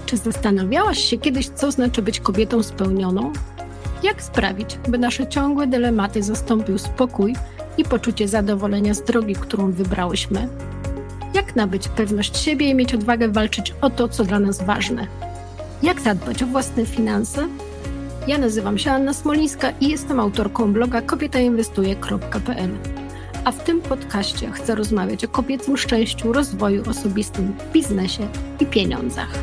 Czy zastanawiałaś się kiedyś, co znaczy być kobietą spełnioną? Jak sprawić, by nasze ciągłe dylematy zastąpił spokój i poczucie zadowolenia z drogi, którą wybrałyśmy? Jak nabyć pewność siebie i mieć odwagę walczyć o to, co dla nas ważne? Jak zadbać o własne finanse? Ja nazywam się Anna Smolińska i jestem autorką bloga kobietainwestuje.pl. A w tym podcaście chcę rozmawiać o kobiecym szczęściu, rozwoju osobistym, biznesie i pieniądzach.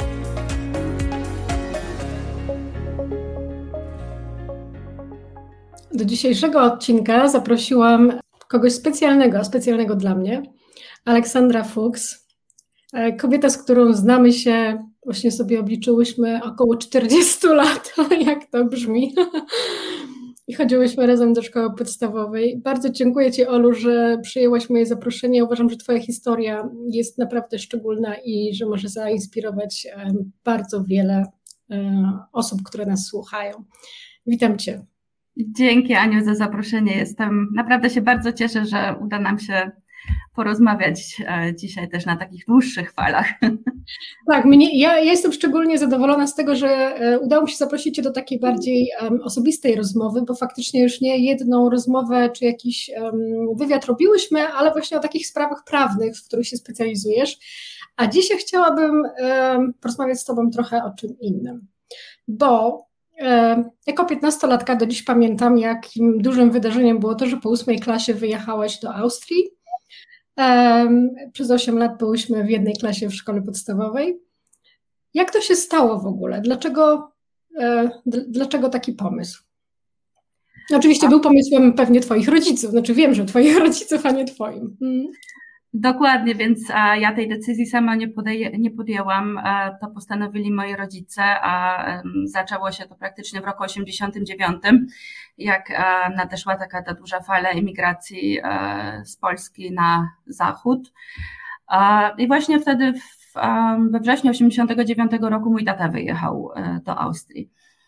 Do dzisiejszego odcinka zaprosiłam kogoś specjalnego dla mnie, Aleksandra Fuchs, kobieta, z którą znamy się, właśnie sobie obliczyłyśmy, około 40 lat, jak to brzmi. I chodziłyśmy razem do szkoły podstawowej. Bardzo dziękuję Ci, Olu, że przyjęłaś moje zaproszenie. Uważam, że Twoja historia jest naprawdę szczególna i że może zainspirować bardzo wiele osób, które nas słuchają. Witam Cię. Dzięki, Aniu, za zaproszenie. Naprawdę się bardzo cieszę, że uda nam się porozmawiać dzisiaj też na takich dłuższych falach. Tak, ja jestem szczególnie zadowolona z tego, że udało mi się zaprosić Cię do takiej bardziej osobistej rozmowy, bo faktycznie już nie jedną rozmowę czy jakiś wywiad robiłyśmy, ale właśnie o takich sprawach prawnych, w których się specjalizujesz. A dzisiaj chciałabym porozmawiać z Tobą trochę o czym innym, bo jako 15-latka do dziś pamiętam, jakim dużym wydarzeniem było to, że po 8 klasie wyjechałaś do Austrii. Przez 8 lat byłyśmy w jednej klasie w szkole podstawowej. Jak to się stało w ogóle? Dlaczego taki pomysł? Oczywiście był pomysłem pewnie Twoich rodziców, znaczy wiem, że Twoich rodziców, a nie Twoim. Dokładnie, więc ja tej decyzji sama nie podjęłam, to postanowili moi rodzice, a zaczęło się to praktycznie w roku 89, jak nadeszła ta duża fala emigracji z Polski na zachód. I właśnie wtedy we wrześniu 89 roku mój tata wyjechał do Austrii.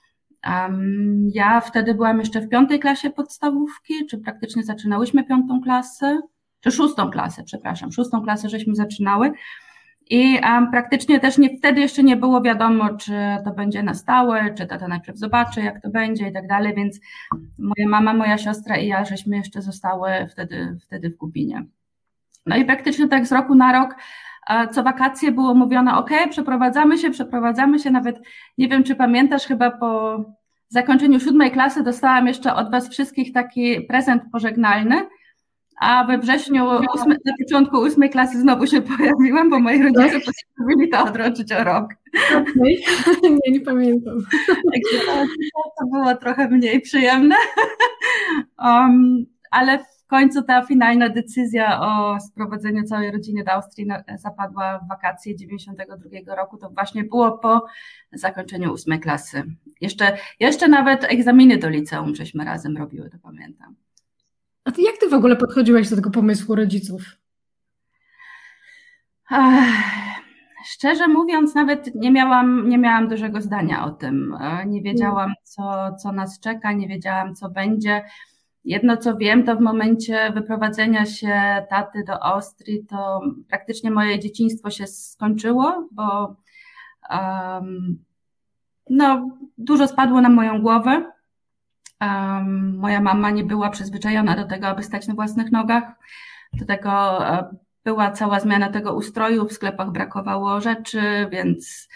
Ja wtedy byłam jeszcze w 5. klasie podstawówki, czy praktycznie zaczynałyśmy 5. klasę, czy 6. klasę, przepraszam, 6. klasę żeśmy zaczynały i praktycznie też wtedy jeszcze nie było wiadomo, czy to będzie na stałe, czy tata najpierw zobaczy, jak to będzie i tak dalej, więc moja mama, moja siostra i ja żeśmy jeszcze zostały wtedy w Gubinie. No i praktycznie tak z roku na rok co wakacje było mówione, przeprowadzamy się, nawet nie wiem, czy pamiętasz, chyba po zakończeniu 7. klasy dostałam jeszcze od Was wszystkich taki prezent pożegnalny, a we wrześniu, na początku 8. klasy znowu się pojawiłam, bo moi rodzice postanowili to odroczyć o rok. Nie pamiętam. Także to było trochę mniej przyjemne, ale w końcu ta finalna decyzja o sprowadzeniu całej rodziny do Austrii zapadła w wakacje 92 roku, to właśnie było po zakończeniu 8. klasy. Jeszcze nawet egzaminy do liceum żeśmy razem robiły, to pamiętam. A jak ty w ogóle podchodziłaś do tego pomysłu rodziców? Szczerze mówiąc, nawet nie miałam dużego zdania o tym. Nie wiedziałam, co nas czeka, nie wiedziałam, co będzie. Jedno, co wiem, to w momencie wyprowadzenia się taty do Austrii, to praktycznie moje dzieciństwo się skończyło, bo dużo spadło na moją głowę. Moja mama nie była przyzwyczajona do tego, aby stać na własnych nogach. Do tego była cała zmiana tego ustroju, w sklepach brakowało rzeczy, więc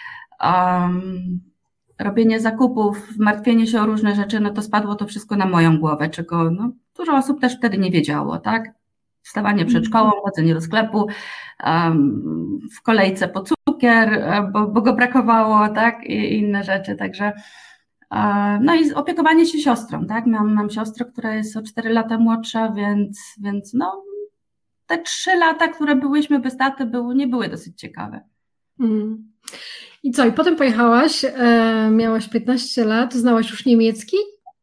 robienie zakupów, martwienie się o różne rzeczy, no to spadło to wszystko na moją głowę, czego dużo osób też wtedy nie wiedziało, tak? Wstawanie przed szkołą, chodzenie do sklepu, w kolejce po cukier, bo go brakowało, tak? I inne rzeczy, także no i opiekowanie się siostrą, tak? Mam siostrę, która jest o 4 lata młodsza, więc te 3 lata, które byłyśmy bez taty, nie były dosyć ciekawe. I co? I potem pojechałaś, miałaś 15 lat, znałaś już niemiecki?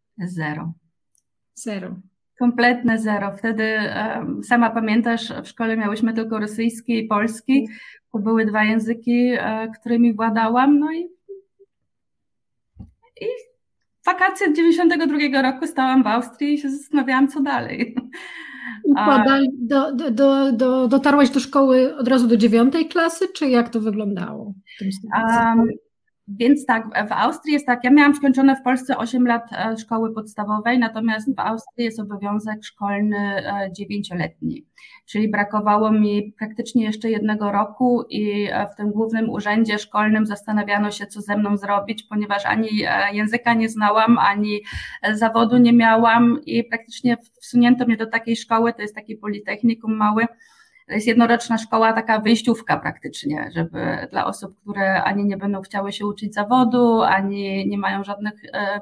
Zero. Kompletne zero. Wtedy sama pamiętasz, w szkole miałyśmy tylko rosyjski i polski. To były 2 języki, którymi władałam. No i wakacje 92 roku stałam w Austrii i się zastanawiałam, co dalej. I dotarłaś do szkoły od razu do 9. klasy, czy jak to wyglądało w tym Więc tak, w Austrii jest tak, ja miałam skończone w Polsce 8 lat szkoły podstawowej, natomiast w Austrii jest obowiązek szkolny 9-letni, czyli brakowało mi praktycznie jeszcze 1 roku i w tym głównym urzędzie szkolnym zastanawiano się, co ze mną zrobić, ponieważ ani języka nie znałam, ani zawodu nie miałam i praktycznie wsunięto mnie do takiej szkoły, to jest taki politechnikum mały. To jest jednoroczna szkoła, taka wyjściówka praktycznie, żeby dla osób, które ani nie będą chciały się uczyć zawodu, ani nie mają żadnych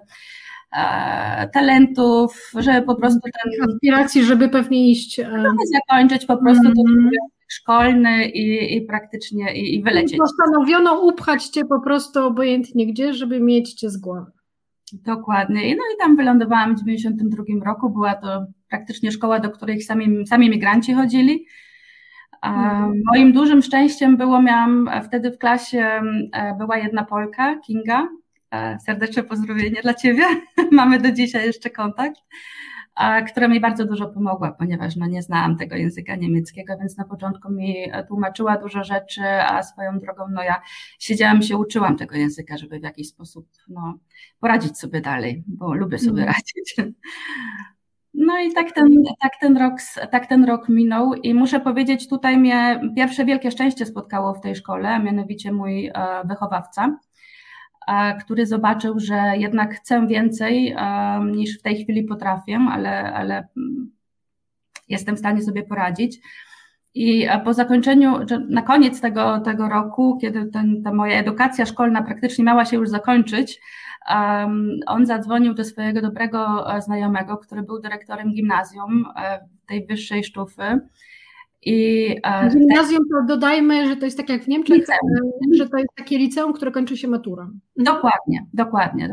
talentów, żeby po prostu ten... Aspiracji, żeby pewnie iść... zakończyć po prostu ten szkolny i praktycznie i wylecieć. Postanowiono upchać cię po prostu obojętnie gdzie, żeby mieć cię z głowy. Dokładnie. No i tam wylądowałam w 1992 roku. Była to praktycznie szkoła, do której sami migranci chodzili. Moim dużym szczęściem było, miałam wtedy w klasie, była jedna Polka, Kinga, serdeczne pozdrowienie dla Ciebie, mamy do dzisiaj jeszcze kontakt, która mi bardzo dużo pomogła, ponieważ nie znałam tego języka niemieckiego, więc na początku mi tłumaczyła dużo rzeczy, a swoją drogą ja siedziałam się, uczyłam tego języka, żeby w jakiś sposób poradzić sobie dalej, bo lubię sobie radzić. No i tak ten rok minął i muszę powiedzieć, tutaj mnie pierwsze wielkie szczęście spotkało w tej szkole, a mianowicie mój wychowawca, który zobaczył, że jednak chcę więcej niż w tej chwili potrafię, ale jestem w stanie sobie poradzić. I po zakończeniu, na koniec tego roku, kiedy ta moja edukacja szkolna praktycznie miała się już zakończyć, on zadzwonił do swojego dobrego znajomego, który był dyrektorem gimnazjum tej wyższej sztufy. Gimnazjum to dodajmy, że to jest tak jak w Niemczech, że to jest takie liceum, które kończy się maturą. Dokładnie.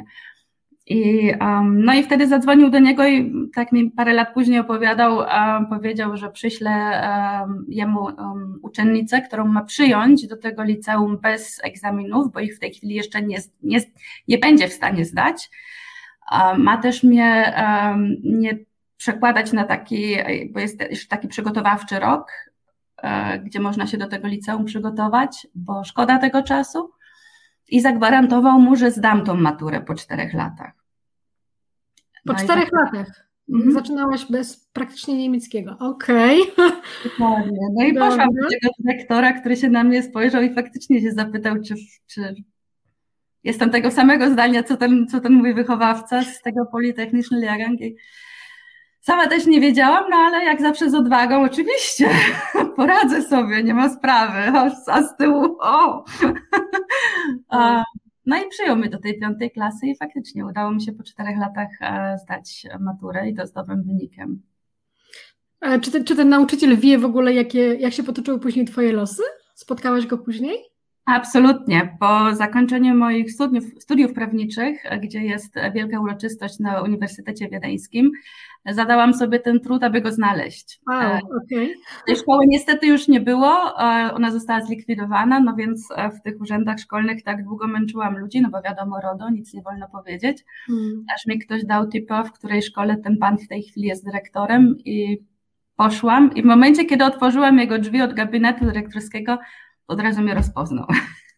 No i wtedy zadzwonił do niego i tak mi parę lat później opowiadał, powiedział, że przyśle jemu uczennicę, którą ma przyjąć do tego liceum bez egzaminów, bo ich w tej chwili jeszcze nie będzie w stanie zdać. Ma też mnie nie przekładać na taki, bo jest już taki przygotowawczy rok, gdzie można się do tego liceum przygotować, bo szkoda tego czasu. I zagwarantował mu, że zdam tą maturę po 4 latach. Po 4 latach? Zaczynałaś bez praktycznie niemieckiego. Okej. Dokładnie. No i poszłam do tego dyrektora, który się na mnie spojrzał i faktycznie się zapytał, czy jestem tego samego zdania, co ten mój wychowawca z tego Polytechnische Lehrgang. Sama też nie wiedziałam, ale jak zawsze z odwagą, oczywiście, poradzę sobie, nie ma sprawy, a z tyłu, No i przyjął mnie do tej 5. klasy i faktycznie udało mi się po 4 latach zdać maturę i to z dobrym wynikiem. Czy ten nauczyciel wie w ogóle, jak się potoczyły później twoje losy? Spotkałaś go później? Absolutnie. Po zakończeniu moich studiów prawniczych, gdzie jest wielka uroczystość na Uniwersytecie Wiedeńskim, zadałam sobie ten trud, aby go znaleźć. Tej szkoły niestety już nie było, ona została zlikwidowana, więc w tych urzędach szkolnych tak długo męczyłam ludzi, bo wiadomo, RODO, nic nie wolno powiedzieć. Aż mi ktoś dał tipa, w której szkole ten pan w tej chwili jest dyrektorem i poszłam i w momencie, kiedy otworzyłam jego drzwi od gabinetu dyrektorskiego, od razu mnie rozpoznał.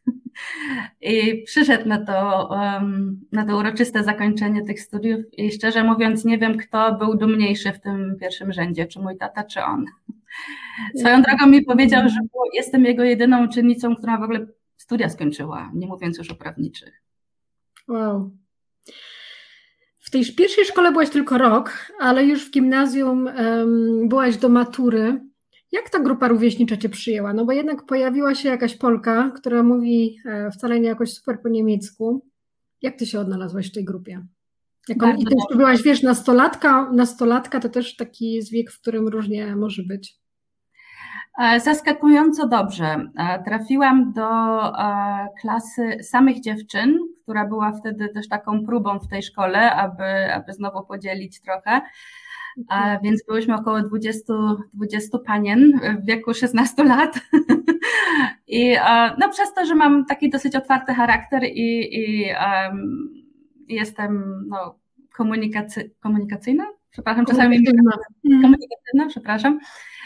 I przyszedł na to uroczyste zakończenie tych studiów i szczerze mówiąc nie wiem, kto był dumniejszy w tym pierwszym rzędzie, czy mój tata, czy on. Swoją drogą mi powiedział, że jestem jego jedyną uczennicą, która w ogóle studia skończyła, nie mówiąc już o prawniczych. Wow. W tej pierwszej szkole byłaś tylko rok, ale już w gimnazjum byłaś do matury. Jak ta grupa rówieśnicza cię przyjęła? Bo jednak pojawiła się jakaś Polka, która mówi wcale nie jakoś super po niemiecku. Jak ty się odnalazłaś w tej grupie? I też byłaś, nastolatka to też taki jest wiek, w którym różnie może być. Zaskakująco dobrze. Trafiłam do klasy samych dziewczyn, która była wtedy też taką próbą w tej szkole, aby znowu podzielić trochę. Więc byłyśmy około 20 panien w wieku 16 lat i przez to, że mam taki dosyć otwarty charakter i jestem komunikacyjna, przepraszam, czasami komunikatywna, przepraszam.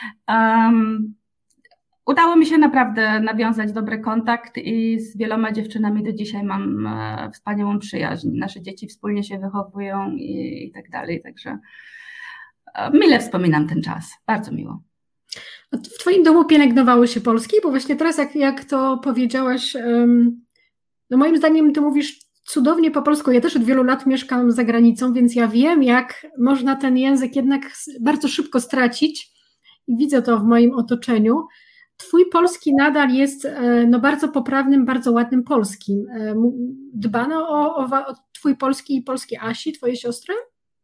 Udało mi się naprawdę nawiązać dobry kontakt i z wieloma dziewczynami do dzisiaj mam wspaniałą przyjaźń. Nasze dzieci wspólnie się wychowują i tak dalej, także mile wspominam ten czas, bardzo miło. W twoim domu pielęgnowały się Polski? Bo właśnie teraz jak to powiedziałaś, no moim zdaniem ty mówisz cudownie po polsku. Ja też od wielu lat mieszkam za granicą, więc ja wiem, jak można ten język jednak bardzo szybko stracić. I widzę to w moim otoczeniu. Twój polski nadal jest no, bardzo poprawnym, bardzo ładnym polskim. Dbano o twój polski i polskie Asi, twoje siostry?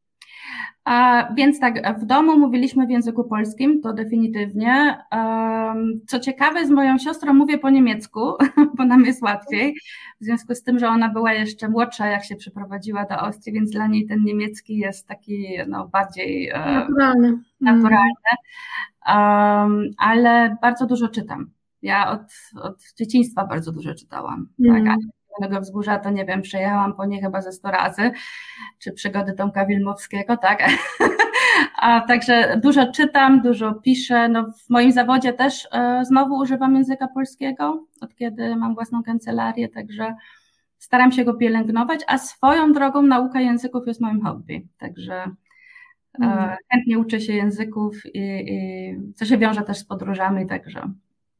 Więc tak, w domu mówiliśmy w języku polskim, to definitywnie. Co ciekawe, z moją siostrą mówię po niemiecku, bo nam jest łatwiej, w związku z tym, że ona była jeszcze młodsza, jak się przeprowadziła do Austrii, więc dla niej ten niemiecki jest taki no, bardziej naturalny. Ale bardzo dużo czytam. Ja od dzieciństwa bardzo dużo czytałam. Tak? Zielonego Wzgórza to nie wiem, przejechałam po nie chyba ze 100 razy, czy Przygody Tomka Wilmowskiego, tak? Także dużo czytam, dużo piszę. No, w moim zawodzie też znowu używam języka polskiego, od kiedy mam własną kancelarię, także staram się go pielęgnować, a swoją drogą nauka języków jest moim hobby, także chętnie uczę się języków i co się wiąże też z podróżami, także.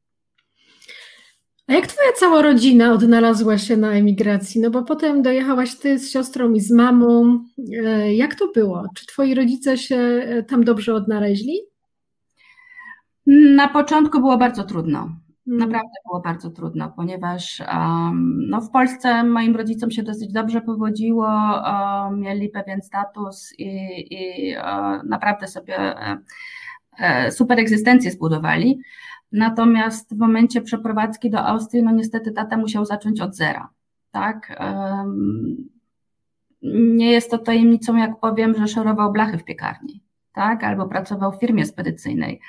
A jak twoja cała rodzina odnalazła się na emigracji? No bo potem dojechałaś ty z siostrą i z mamą. Jak to było? Czy twoi rodzice się tam dobrze odnaleźli? Na początku było bardzo trudno. Naprawdę było bardzo trudno, ponieważ no w Polsce moim rodzicom się dosyć dobrze powodziło, mieli pewien status i naprawdę sobie super egzystencję zbudowali. Natomiast w momencie przeprowadzki do Austrii, no niestety tata musiał zacząć od zera, tak? Nie jest to tajemnicą, jak powiem, że szorował blachy w piekarni, tak? Albo pracował w firmie spedycyjnej.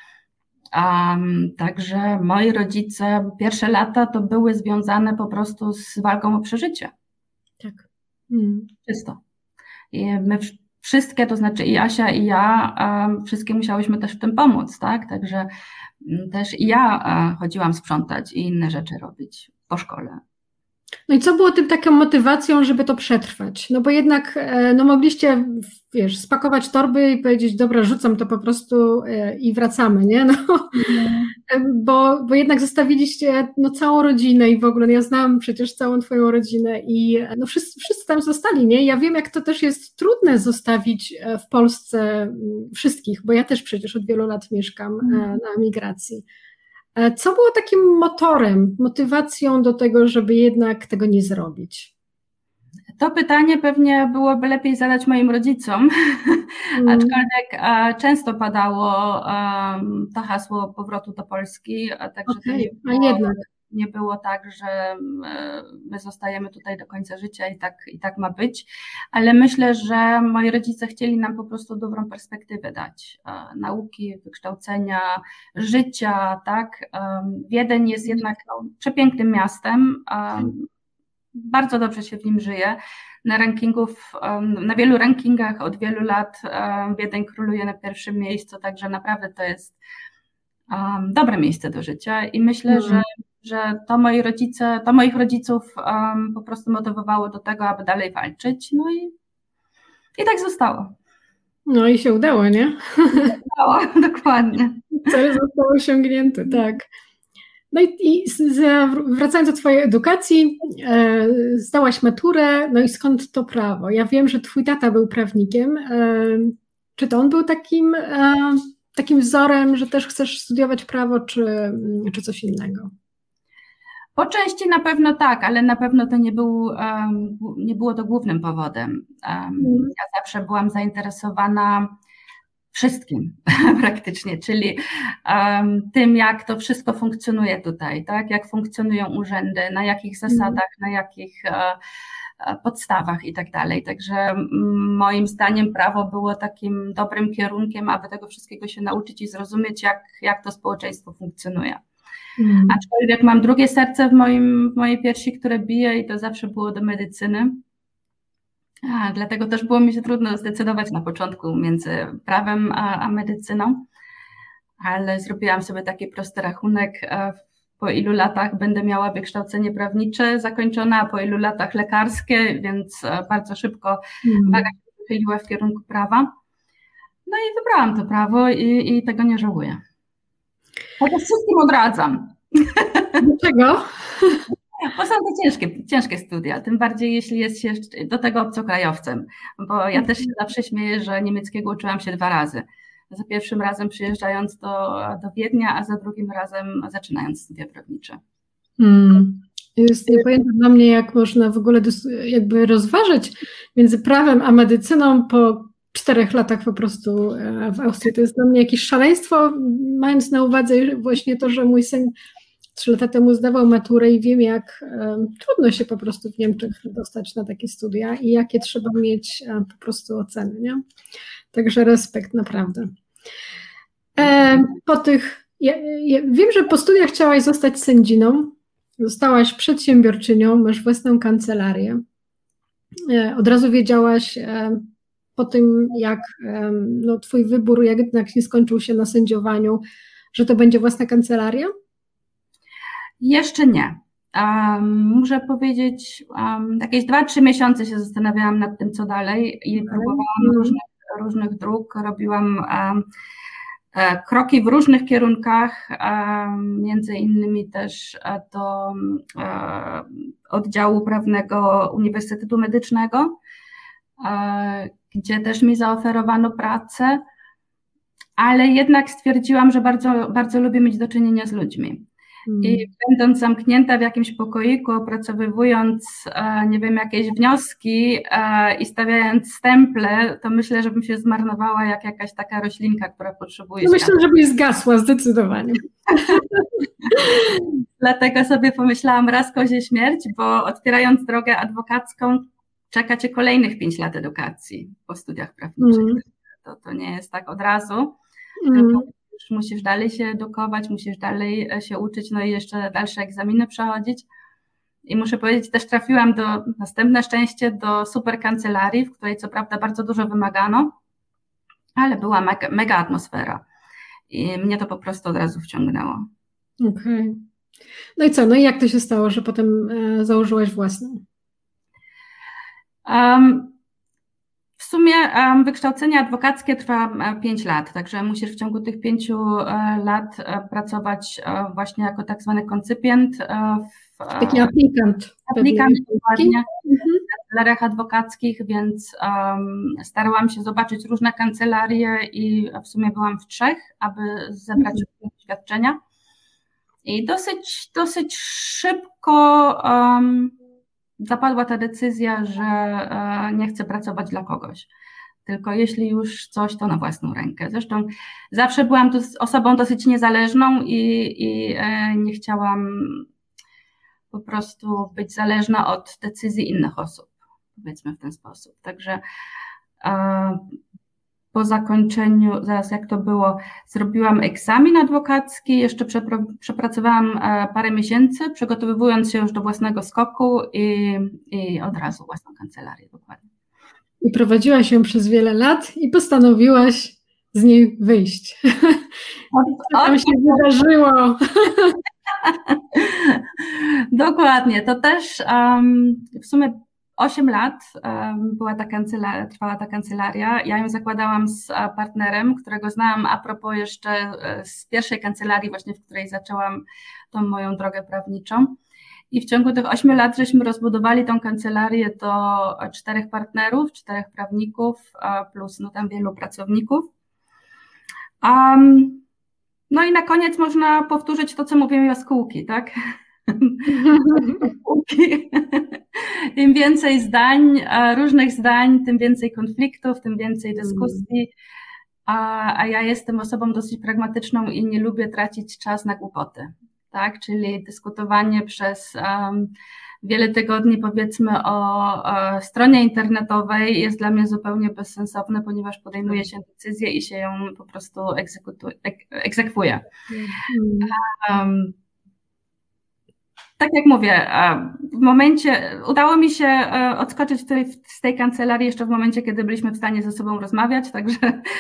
Także moi rodzice, pierwsze lata to były związane po prostu z walką o przeżycie. Tak. Czysto. I my wszystkie, to znaczy i Asia, i ja, wszystkie musiałyśmy też w tym pomóc, tak? Także też i ja chodziłam sprzątać i inne rzeczy robić po szkole. No i co było tym taką motywacją, żeby to przetrwać? No bo jednak no mogliście, wiesz, spakować torby i powiedzieć, dobra, rzucam to po prostu i wracamy, nie? No, bo jednak zostawiliście no, całą rodzinę i w ogóle, ja znam przecież całą twoją rodzinę i no, wszyscy tam zostali, nie? Ja wiem, jak to też jest trudne zostawić w Polsce wszystkich, bo ja też przecież od wielu lat mieszkam na emigracji. Co było takim motorem, motywacją do tego, żeby jednak tego nie zrobić? To pytanie pewnie byłoby lepiej zadać moim rodzicom, aczkolwiek często padało to hasło powrotu do Polski, także to nie było tak, że my zostajemy tutaj do końca życia i tak ma być, ale myślę, że moi rodzice chcieli nam po prostu dobrą perspektywę dać, nauki, wykształcenia, życia, tak. Wiedeń jest jednak przepięknym miastem, bardzo dobrze się w nim żyje. Na wielu rankingach od wielu lat Wiedeń króluje na pierwszym miejscu, także naprawdę to jest dobre miejsce do życia i myślę, że to moich rodziców po prostu motywowało do tego, aby dalej walczyć, no i tak zostało. No i się udało, nie? Udało, dokładnie. Cel został osiągnięty, tak. No i wracając do twojej edukacji, zdałaś maturę, no i skąd to prawo? Ja wiem, że twój tata był prawnikiem. Czy to on był takim wzorem, że też chcesz studiować prawo, czy coś innego? Po części na pewno tak, ale na pewno to nie było to głównym powodem. Ja zawsze byłam zainteresowana wszystkim praktycznie, czyli tym, jak to wszystko funkcjonuje tutaj, tak? Jak funkcjonują urzędy, na jakich zasadach, na jakich podstawach i tak dalej. Także moim zdaniem prawo było takim dobrym kierunkiem, aby tego wszystkiego się nauczyć i zrozumieć, jak to społeczeństwo funkcjonuje. Aczkolwiek mam drugie serce w mojej piersi, które bije i to zawsze było do medycyny. Dlatego też było mi się trudno zdecydować na początku między prawem a medycyną, ale zrobiłam sobie taki prosty rachunek, po ilu latach będę miała wykształcenie prawnicze zakończone, a po ilu latach lekarskie, więc bardzo szybko waga się wychyliła w kierunku prawa. No i wybrałam to prawo i tego nie żałuję. Chociaż wszystkim odradzam. Dlaczego? Bo są to ciężkie studia, tym bardziej jeśli jest się do tego obcokrajowcem, bo ja też się zawsze śmieję, że niemieckiego uczyłam się 2 razy. Za pierwszym razem przyjeżdżając do Wiednia, a za drugim razem zaczynając studia prawnicze. Jest niepojęte dla mnie, jak można w ogóle jakby rozważyć między prawem a medycyną po 4 latach po prostu w Austrii. To jest dla mnie jakieś szaleństwo, mając na uwadze właśnie to, że mój syn 3 lata temu zdawał maturę i wiem, jak trudno się po prostu w Niemczech dostać na takie studia i jakie trzeba mieć po prostu oceny, nie? Także respekt, naprawdę. Wiem, że po studiach chciałaś zostać sędziną, zostałaś przedsiębiorczynią, masz własną kancelarię. Od razu wiedziałaś po tym, jak twój wybór jednak nie skończył się na sędziowaniu, że to będzie własna kancelaria? Jeszcze nie. Muszę powiedzieć, jakieś 2-3 miesiące się zastanawiałam nad tym, co dalej i próbowałam różnych dróg, robiłam kroki w różnych kierunkach, między innymi też do oddziału prawnego Uniwersytetu Medycznego, gdzie też mi zaoferowano pracę, ale jednak stwierdziłam, że bardzo, bardzo lubię mieć do czynienia z ludźmi. I będąc zamknięta w jakimś pokoiku, opracowywując, nie wiem, jakieś wnioski i stawiając stemple, to myślę, żebym się zmarnowała jak jakaś taka roślinka, która potrzebuje światła. Myślę, żebyś zgasła zdecydowanie. Dlatego sobie pomyślałam, raz kozie śmierć, bo otwierając drogę adwokacką czeka cię kolejnych 5 lat edukacji po studiach prawniczych. To nie jest tak od razu, tylko musisz dalej się edukować, musisz dalej się uczyć, no i jeszcze dalsze egzaminy przechodzić. I muszę powiedzieć, też trafiłam następne szczęście do super kancelarii, w której co prawda bardzo dużo wymagano, ale była mega atmosfera i mnie to po prostu od razu wciągnęło. Okej. No i co? No i jak to się stało, że potem założyłaś własną? W sumie wykształcenie adwokackie trwa 5 lat, także musisz w ciągu tych 5 lat pracować właśnie jako tak zwany koncypient. Taki aplikant. Aplikant dokładnie w kancelaриach adwokackich, więc starałam się zobaczyć różne kancelarie i w sumie byłam w 3, aby zebrać doświadczenia. I dosyć szybko zapadła ta decyzja, że nie chcę pracować dla kogoś, tylko jeśli już coś, to na własną rękę. Zresztą zawsze byłam osobą dosyć niezależną i nie chciałam po prostu być zależna od decyzji innych osób, powiedzmy w ten sposób. Także po zakończeniu, zaraz jak to było, zrobiłam egzamin adwokacki, jeszcze przepracowałam parę miesięcy, przygotowując się już do własnego skoku i od razu własną kancelarię dokładnie. I prowadziłaś ją przez wiele lat i postanowiłaś z niej wyjść. Co tam się wydarzyło? Dokładnie, to też w sumie 8 lat trwała ta kancelaria. Ja ją zakładałam z partnerem, którego znałam a propos jeszcze z pierwszej kancelarii, właśnie w której zaczęłam tą moją drogę prawniczą. I w ciągu tych 8 lat żeśmy rozbudowali tą kancelarię do 4 partnerów, 4 prawników, plus no tam wielu pracowników. No i na koniec można powtórzyć to, co mówią jaskółki, tak? Im więcej zdań, różnych zdań, tym więcej konfliktów, tym więcej dyskusji, a ja jestem osobą dosyć pragmatyczną i nie lubię tracić czas na głupoty, tak? Czyli dyskutowanie przez wiele tygodni, powiedzmy, o stronie internetowej jest dla mnie zupełnie bezsensowne, ponieważ podejmuje się decyzję i się ją po prostu egzekwuje. Tak jak mówię, w momencie udało mi się odskoczyć z tej kancelarii jeszcze w momencie, kiedy byliśmy w stanie ze sobą rozmawiać, także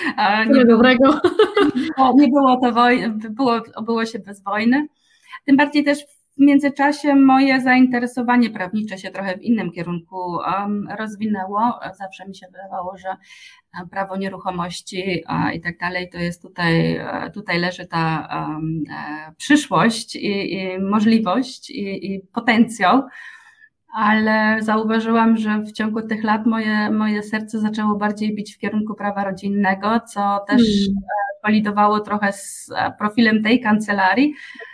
nie było to było się bez wojny. Tym bardziej też w międzyczasie moje zainteresowanie prawnicze się trochę w innym kierunku rozwinęło. Zawsze mi się wydawało, że prawo nieruchomości i tak dalej, to jest tutaj leży ta przyszłość i możliwość i potencjał, ale zauważyłam, że w ciągu tych lat moje serce zaczęło bardziej bić w kierunku prawa rodzinnego, co też kolidowało trochę z profilem tej kancelarii.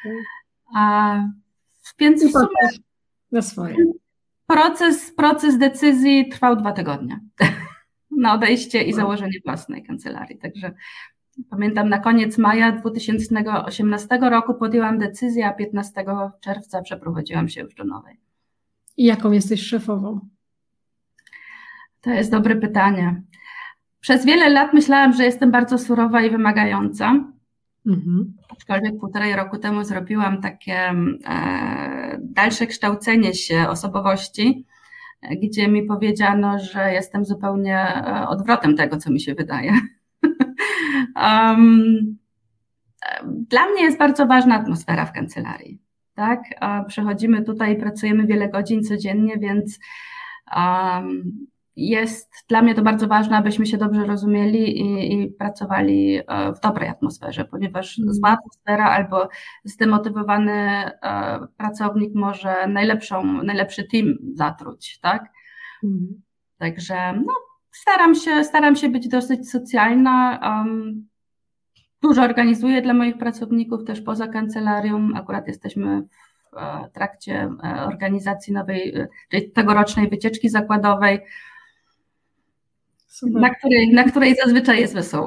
Więc w sumie na swoje. Proces decyzji trwał 2 tygodnie na odejście i założenie własnej kancelarii. Także pamiętam, na koniec maja 2018 roku podjęłam decyzję, a 15 czerwca przeprowadziłam się już do nowej. I jaką jesteś szefową? To jest dobre pytanie. Przez wiele lat myślałam, że jestem bardzo surowa i wymagająca. Aczkolwiek 1,5 roku temu zrobiłam takie dalsze kształcenie się osobowości, gdzie mi powiedziano, że jestem zupełnie odwrotem tego, co mi się wydaje. Dla mnie jest bardzo ważna atmosfera w kancelarii. Tak? Przychodzimy tutaj i pracujemy wiele godzin codziennie, więc jest dla mnie to bardzo ważne, abyśmy się dobrze rozumieli i pracowali w dobrej atmosferze, ponieważ zła atmosfera albo zdemotywowany pracownik może najlepszy team zatruć, tak? Także staram się być dosyć socjalna. Dużo organizuję dla moich pracowników też poza kancelarią. Akurat jesteśmy w trakcie organizacji nowej, czyli tegorocznej wycieczki zakładowej, na której zazwyczaj jest wesoło.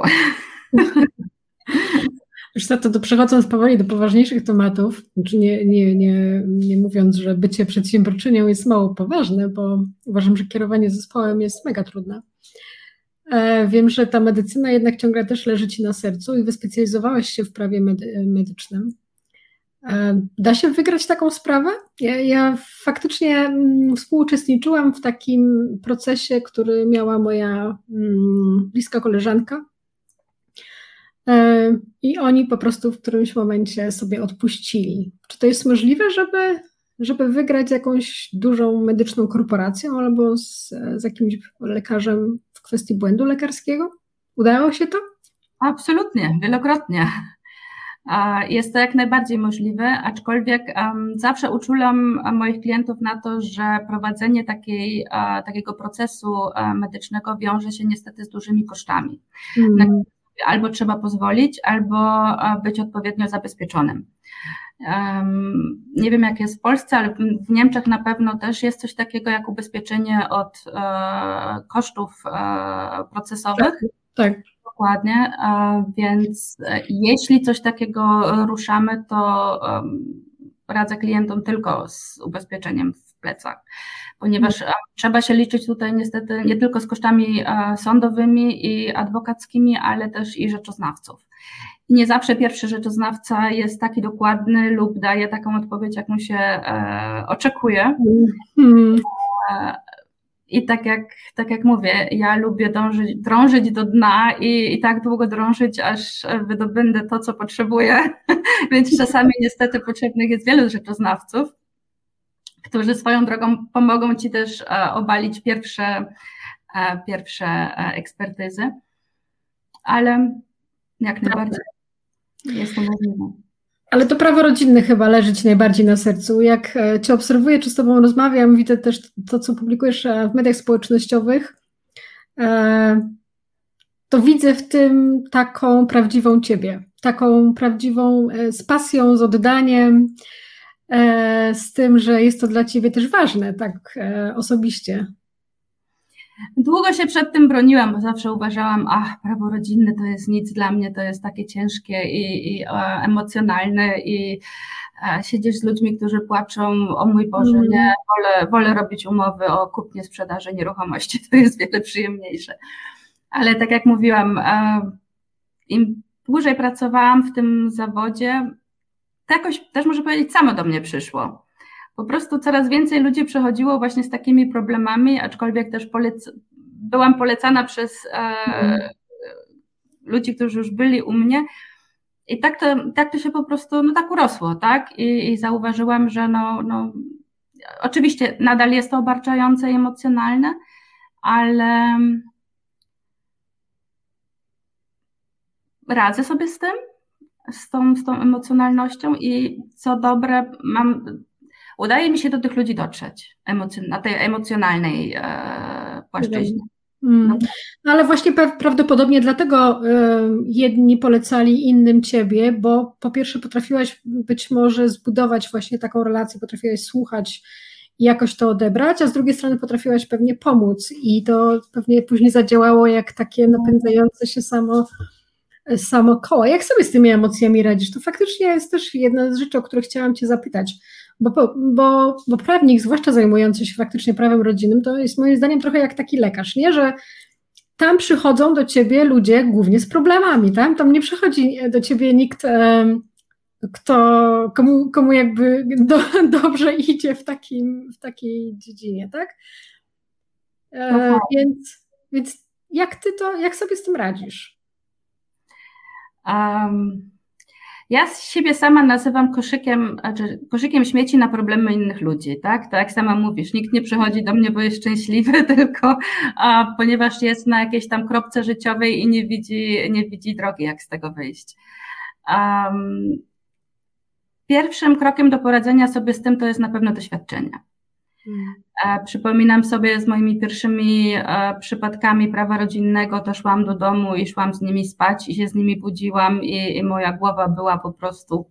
Już to przechodząc powoli do poważniejszych tematów, znaczy nie mówiąc, że bycie przedsiębiorczynią jest mało poważne, bo uważam, że kierowanie zespołem jest mega trudne. Wiem, że ta medycyna jednak ciągle też leży Ci na sercu i wyspecjalizowałeś się w prawie medycznym. Da się wygrać taką sprawę? Ja faktycznie współuczestniczyłam w takim procesie, który miała moja bliska koleżanka i oni po prostu w którymś momencie sobie odpuścili. Czy to jest możliwe, żeby wygrać z jakąś dużą medyczną korporacją albo z jakimś lekarzem w kwestii błędu lekarskiego? Udało się to? Absolutnie, wielokrotnie. Jest to jak najbardziej możliwe, aczkolwiek zawsze uczulam moich klientów na to, że prowadzenie takiego procesu medycznego wiąże się niestety z dużymi kosztami. Albo trzeba pozwolić, albo być odpowiednio zabezpieczonym. Nie wiem, jak jest w Polsce, ale w Niemczech na pewno też jest coś takiego jak ubezpieczenie od kosztów procesowych. Tak. Dokładnie, więc jeśli coś takiego ruszamy, to radzę klientom tylko z ubezpieczeniem w plecach, ponieważ trzeba się liczyć tutaj niestety nie tylko z kosztami sądowymi i adwokackimi, ale też i rzeczoznawców. I nie zawsze pierwszy rzeczoznawca jest taki dokładny lub daje taką odpowiedź, jaką się oczekuje. I tak jak mówię, ja lubię drążyć do dna i tak długo drążyć, aż wydobędę to, co potrzebuję. Więc czasami niestety potrzebnych jest wielu rzeczoznawców, którzy swoją drogą pomogą Ci też obalić pierwsze ekspertyzy. Ale jak najbardziej jest to możliwe. Ale to prawo rodzinne chyba leży Ci najbardziej na sercu. Jak Cię obserwuję, czy z Tobą rozmawiam, widzę też to, co publikujesz w mediach społecznościowych, to widzę w tym taką prawdziwą Ciebie, taką prawdziwą z pasją, z oddaniem, z tym, że jest to dla Ciebie też ważne, tak osobiście. Długo się przed tym broniłam, bo zawsze uważałam, prawo rodzinne to jest nic dla mnie, to jest takie ciężkie i emocjonalne i siedzisz z ludźmi, którzy płaczą, o mój Boże, nie, wolę robić umowy o kupnie, sprzedaży nieruchomości, to jest wiele przyjemniejsze. Ale tak jak mówiłam, im dłużej pracowałam w tym zawodzie, to jakoś też może powiedzieć samo do mnie przyszło. po prostu coraz więcej ludzi przechodziło właśnie z takimi problemami, aczkolwiek też byłam polecana przez ludzi, którzy już byli u mnie. I tak to się po prostu, no tak urosło, tak? I zauważyłam, że no, oczywiście nadal jest to obarczające i emocjonalne, ale radzę sobie z tym, z tą emocjonalnością i co dobre, udaje mi się do tych ludzi dotrzeć na tej emocjonalnej płaszczyźnie. No, ale właśnie prawdopodobnie dlatego jedni polecali innym ciebie, bo po pierwsze potrafiłaś być może zbudować właśnie taką relację, potrafiłaś słuchać i jakoś to odebrać, a z drugiej strony potrafiłaś pewnie pomóc i to pewnie później zadziałało jak takie napędzające się samo koło. Jak sobie z tymi emocjami radzisz? To faktycznie jest też jedna z rzeczy, o których chciałam cię zapytać, bo prawnik, zwłaszcza zajmujący się faktycznie prawem rodzinnym, to jest moim zdaniem trochę jak taki lekarz, nie? Że tam przychodzą do ciebie ludzie głównie z problemami, tak? Tam nie przychodzi do ciebie nikt, komu jakby dobrze idzie w takiej dziedzinie, tak? Więc jak sobie z tym radzisz? Ja siebie sama nazywam koszykiem śmieci na problemy innych ludzi, tak? Tak jak sama mówisz, nikt nie przychodzi do mnie, bo jest szczęśliwy, tylko ponieważ jest na jakiejś tam kropce życiowej i nie widzi drogi, jak z tego wyjść. Pierwszym krokiem do poradzenia sobie z tym to jest na pewno doświadczenie. Przypominam sobie z moimi pierwszymi przypadkami prawa rodzinnego, to szłam do domu i szłam z nimi spać i się z nimi budziłam i moja głowa była po prostu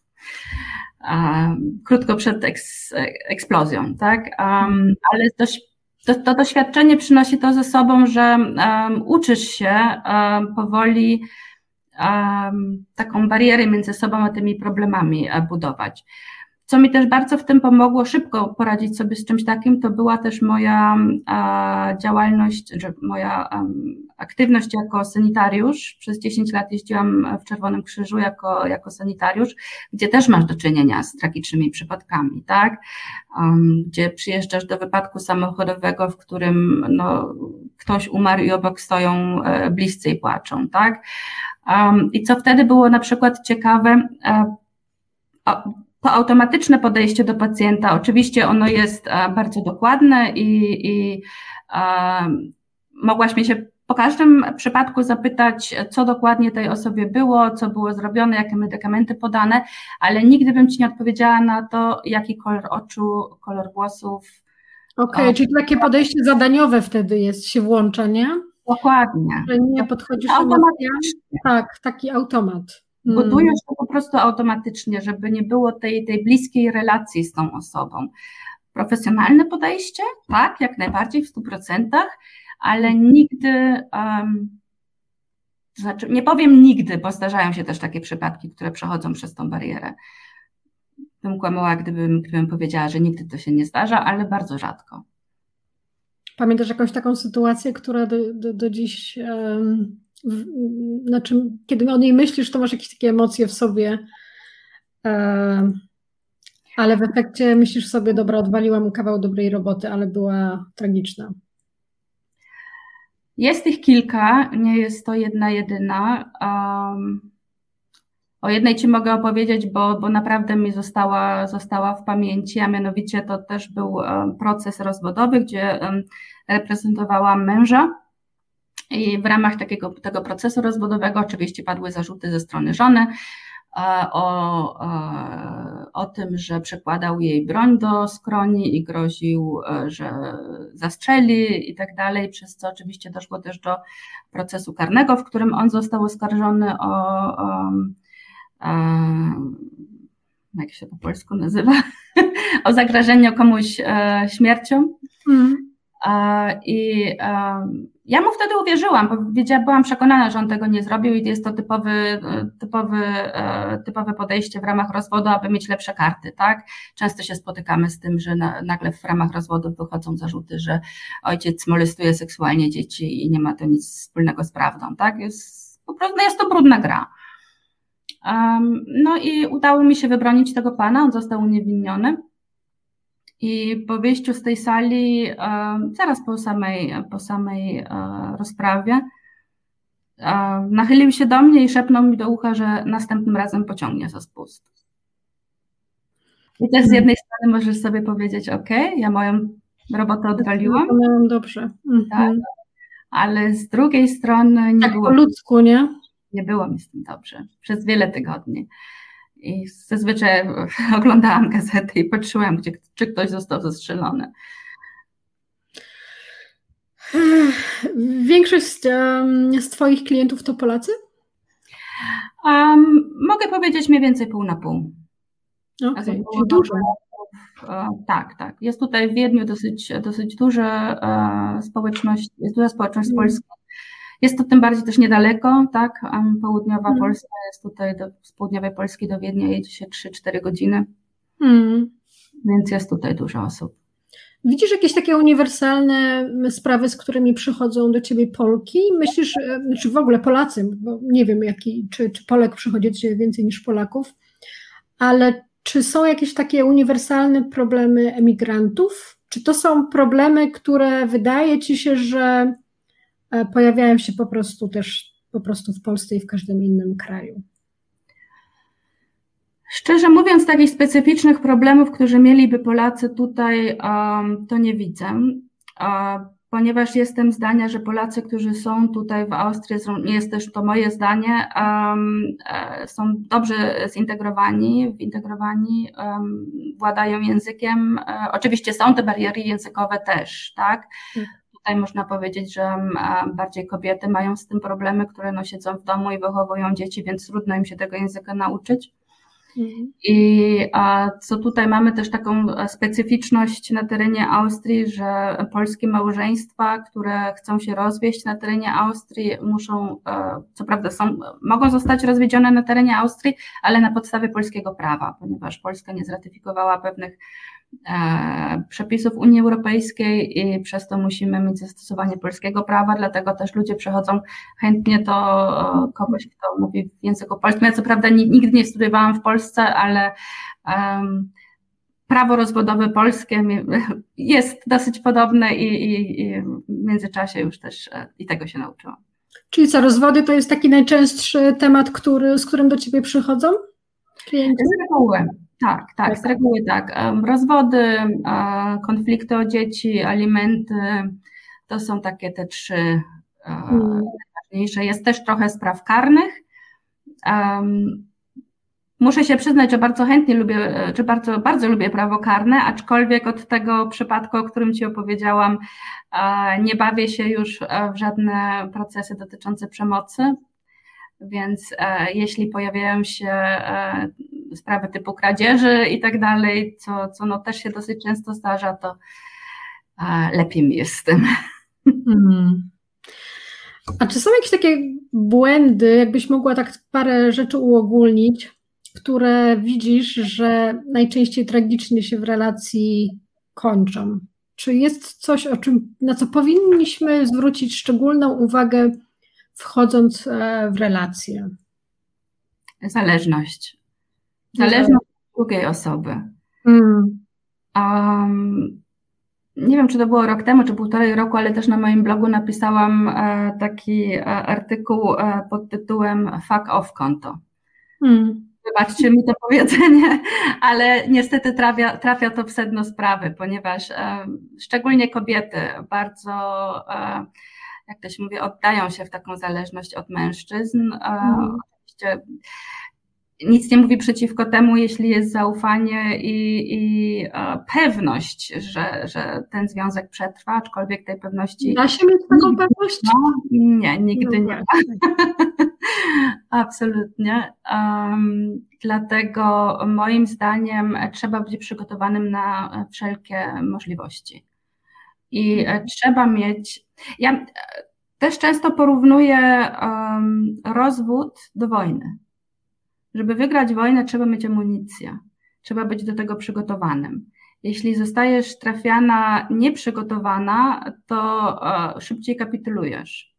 krótko przed eksplozją, tak? Ale to doświadczenie przynosi to ze sobą, że uczysz się powoli taką barierę między sobą a tymi problemami budować. Co mi też bardzo w tym pomogło szybko poradzić sobie z czymś takim, to była też moja działalność, moja aktywność jako sanitariusz. Przez 10 lat jeździłam w Czerwonym Krzyżu jako sanitariusz, gdzie też masz do czynienia z tragicznymi przypadkami, tak? Gdzie przyjeżdżasz do wypadku samochodowego, w którym ktoś umarł i obok stoją bliscy i płaczą, tak? I co wtedy było na przykład ciekawe, to automatyczne podejście do pacjenta, oczywiście ono jest bardzo dokładne i mogłaś mnie się po każdym przypadku zapytać, co dokładnie tej osobie było, co było zrobione, jakie medykamenty podane, ale nigdy bym ci nie odpowiedziała na to, jaki kolor oczu, kolor włosów. Okej, czyli takie podejście zadaniowe wtedy się włącza, nie? Dokładnie. Że nie podchodzisz automatycznie. Tak, taki automat. Budujesz to po prostu automatycznie, żeby nie było tej bliskiej relacji z tą osobą. Profesjonalne podejście, tak, jak najbardziej w 100%, ale nigdy, to znaczy nie powiem nigdy, bo zdarzają się też takie przypadki, które przechodzą przez tą barierę. Bym kłamała, gdybym powiedziała, że nigdy to się nie zdarza, ale bardzo rzadko. Pamiętasz jakąś taką sytuację, która do dziś... Znaczy, kiedy o niej myślisz, to masz jakieś takie emocje w sobie, ale w efekcie myślisz sobie, dobra, odwaliłam kawał dobrej roboty, ale była tragiczna. Jest ich kilka, nie jest to jedna jedyna. O jednej ci mogę opowiedzieć, bo naprawdę mi została w pamięci, a mianowicie to też był proces rozwodowy, gdzie reprezentowałam męża. I w ramach tego procesu rozwodowego oczywiście padły zarzuty ze strony żony o tym, że przekładał jej broń do skroni i groził, że zastrzeli i tak dalej, przez co oczywiście doszło też do procesu karnego, w którym on został oskarżony jak się po polsku nazywa, o zagrożeniu komuś śmiercią. Ja mu wtedy uwierzyłam, bo byłam przekonana, że on tego nie zrobił i jest to typowe podejście w ramach rozwodu, aby mieć lepsze karty, tak? Często się spotykamy z tym, że nagle w ramach rozwodu wychodzą zarzuty, że ojciec molestuje seksualnie dzieci i nie ma to nic wspólnego z prawdą, tak? Po prostu jest to brudna gra. No i udało mi się wybronić tego pana, on został uniewinniony. I po wyjściu z tej sali, zaraz po samej rozprawie, nachylił się do mnie i szepnął mi do ucha, że następnym razem pociągnie za spust. I też z jednej strony możesz sobie powiedzieć, ja moją robotę odwaliłam. Wykonałam dobrze. Tak, ale z drugiej strony nie było po ludzku, nie? Nie było mi z tym dobrze przez wiele tygodni. I zazwyczaj oglądałam gazety i patrzyłam, czy ktoś został zastrzelony. Większość z Twoich klientów to Polacy? Mogę powiedzieć mniej więcej pół na pół. Okay, czyli dużo. Tak. Jest tutaj w Wiedniu dosyć duża społeczność, jest duża społeczność polska. Jest to tym bardziej też niedaleko, tak? Południowa Polska jest tutaj, z południowej Polski do Wiednia jedzie się 3-4 godziny, więc jest tutaj dużo osób. Widzisz jakieś takie uniwersalne sprawy, z którymi przychodzą do Ciebie Polki? Myślisz, czy w ogóle Polacy, bo nie wiem, czy Polek przychodzi do Ciebie więcej niż Polaków, ale czy są jakieś takie uniwersalne problemy emigrantów? Czy to są problemy, które wydaje Ci się, że pojawiają się po prostu w Polsce i w każdym innym kraju? Szczerze mówiąc, takich specyficznych problemów, które mieliby Polacy tutaj, to nie widzę, ponieważ jestem zdania, że Polacy, którzy są tutaj w Austrii, jest też to moje zdanie, są dobrze zintegrowani, władają językiem. Oczywiście są te bariery językowe też, tak? Tutaj można powiedzieć, że bardziej kobiety mają z tym problemy, które siedzą w domu i wychowują dzieci, więc trudno im się tego języka nauczyć. I co tutaj mamy też taką specyficzność na terenie Austrii, że polskie małżeństwa, które chcą się rozwieść na terenie Austrii, muszą, co prawda mogą zostać rozwiedzione na terenie Austrii, ale na podstawie polskiego prawa, ponieważ Polska nie zratyfikowała pewnych przepisów Unii Europejskiej i przez to musimy mieć zastosowanie polskiego prawa, dlatego też ludzie przychodzą chętnie do kogoś, kto mówi w języku polskim. Ja co prawda nigdy nie studiowałam w Polsce, ale prawo rozwodowe polskie jest dosyć podobne i w międzyczasie już też i tego się nauczyłam. Czyli co, rozwody to jest taki najczęstszy temat, z którym do Ciebie przychodzą klienci? Z reguły. Tak, z reguły tak. Rozwody, konflikty o dzieci, alimenty, to są takie te trzy najważniejsze. Jest też trochę spraw karnych. Muszę się przyznać, że bardzo chętnie lubię, czy bardzo lubię prawo karne, aczkolwiek od tego przypadku, o którym Ci opowiedziałam, nie bawię się już w żadne procesy dotyczące przemocy. Więc jeśli pojawiają się sprawy typu kradzieży i tak dalej, co też się dosyć często zdarza, to lepiej mi jest z tym. A czy są jakieś takie błędy, jakbyś mogła tak parę rzeczy uogólnić, które widzisz, że najczęściej tragicznie się w relacji kończą? Czy jest coś, na co powinniśmy zwrócić szczególną uwagę, wchodząc w relację? Zależność od drugiej osoby. Nie wiem, czy to było rok temu, czy 1,5 roku, ale też na moim blogu napisałam taki artykuł pod tytułem Fuck off konto. Wybaczcie mi to powiedzenie, ale niestety trafia to w sedno sprawy, ponieważ szczególnie kobiety bardzo, jak to się mówi, oddają się w taką zależność od mężczyzn. Oczywiście nic nie mówi przeciwko temu, jeśli jest zaufanie i pewność, że ten związek przetrwa, aczkolwiek tej pewności... Da się mieć taką pewność? Nie, nigdy nie. Absolutnie. Dlatego moim zdaniem trzeba być przygotowanym na wszelkie możliwości. I trzeba mieć... Ja też często porównuję rozwód do wojny. Żeby wygrać wojnę, trzeba mieć amunicję. Trzeba być do tego przygotowanym. Jeśli zostajesz trafiana nieprzygotowana, to szybciej kapitulujesz.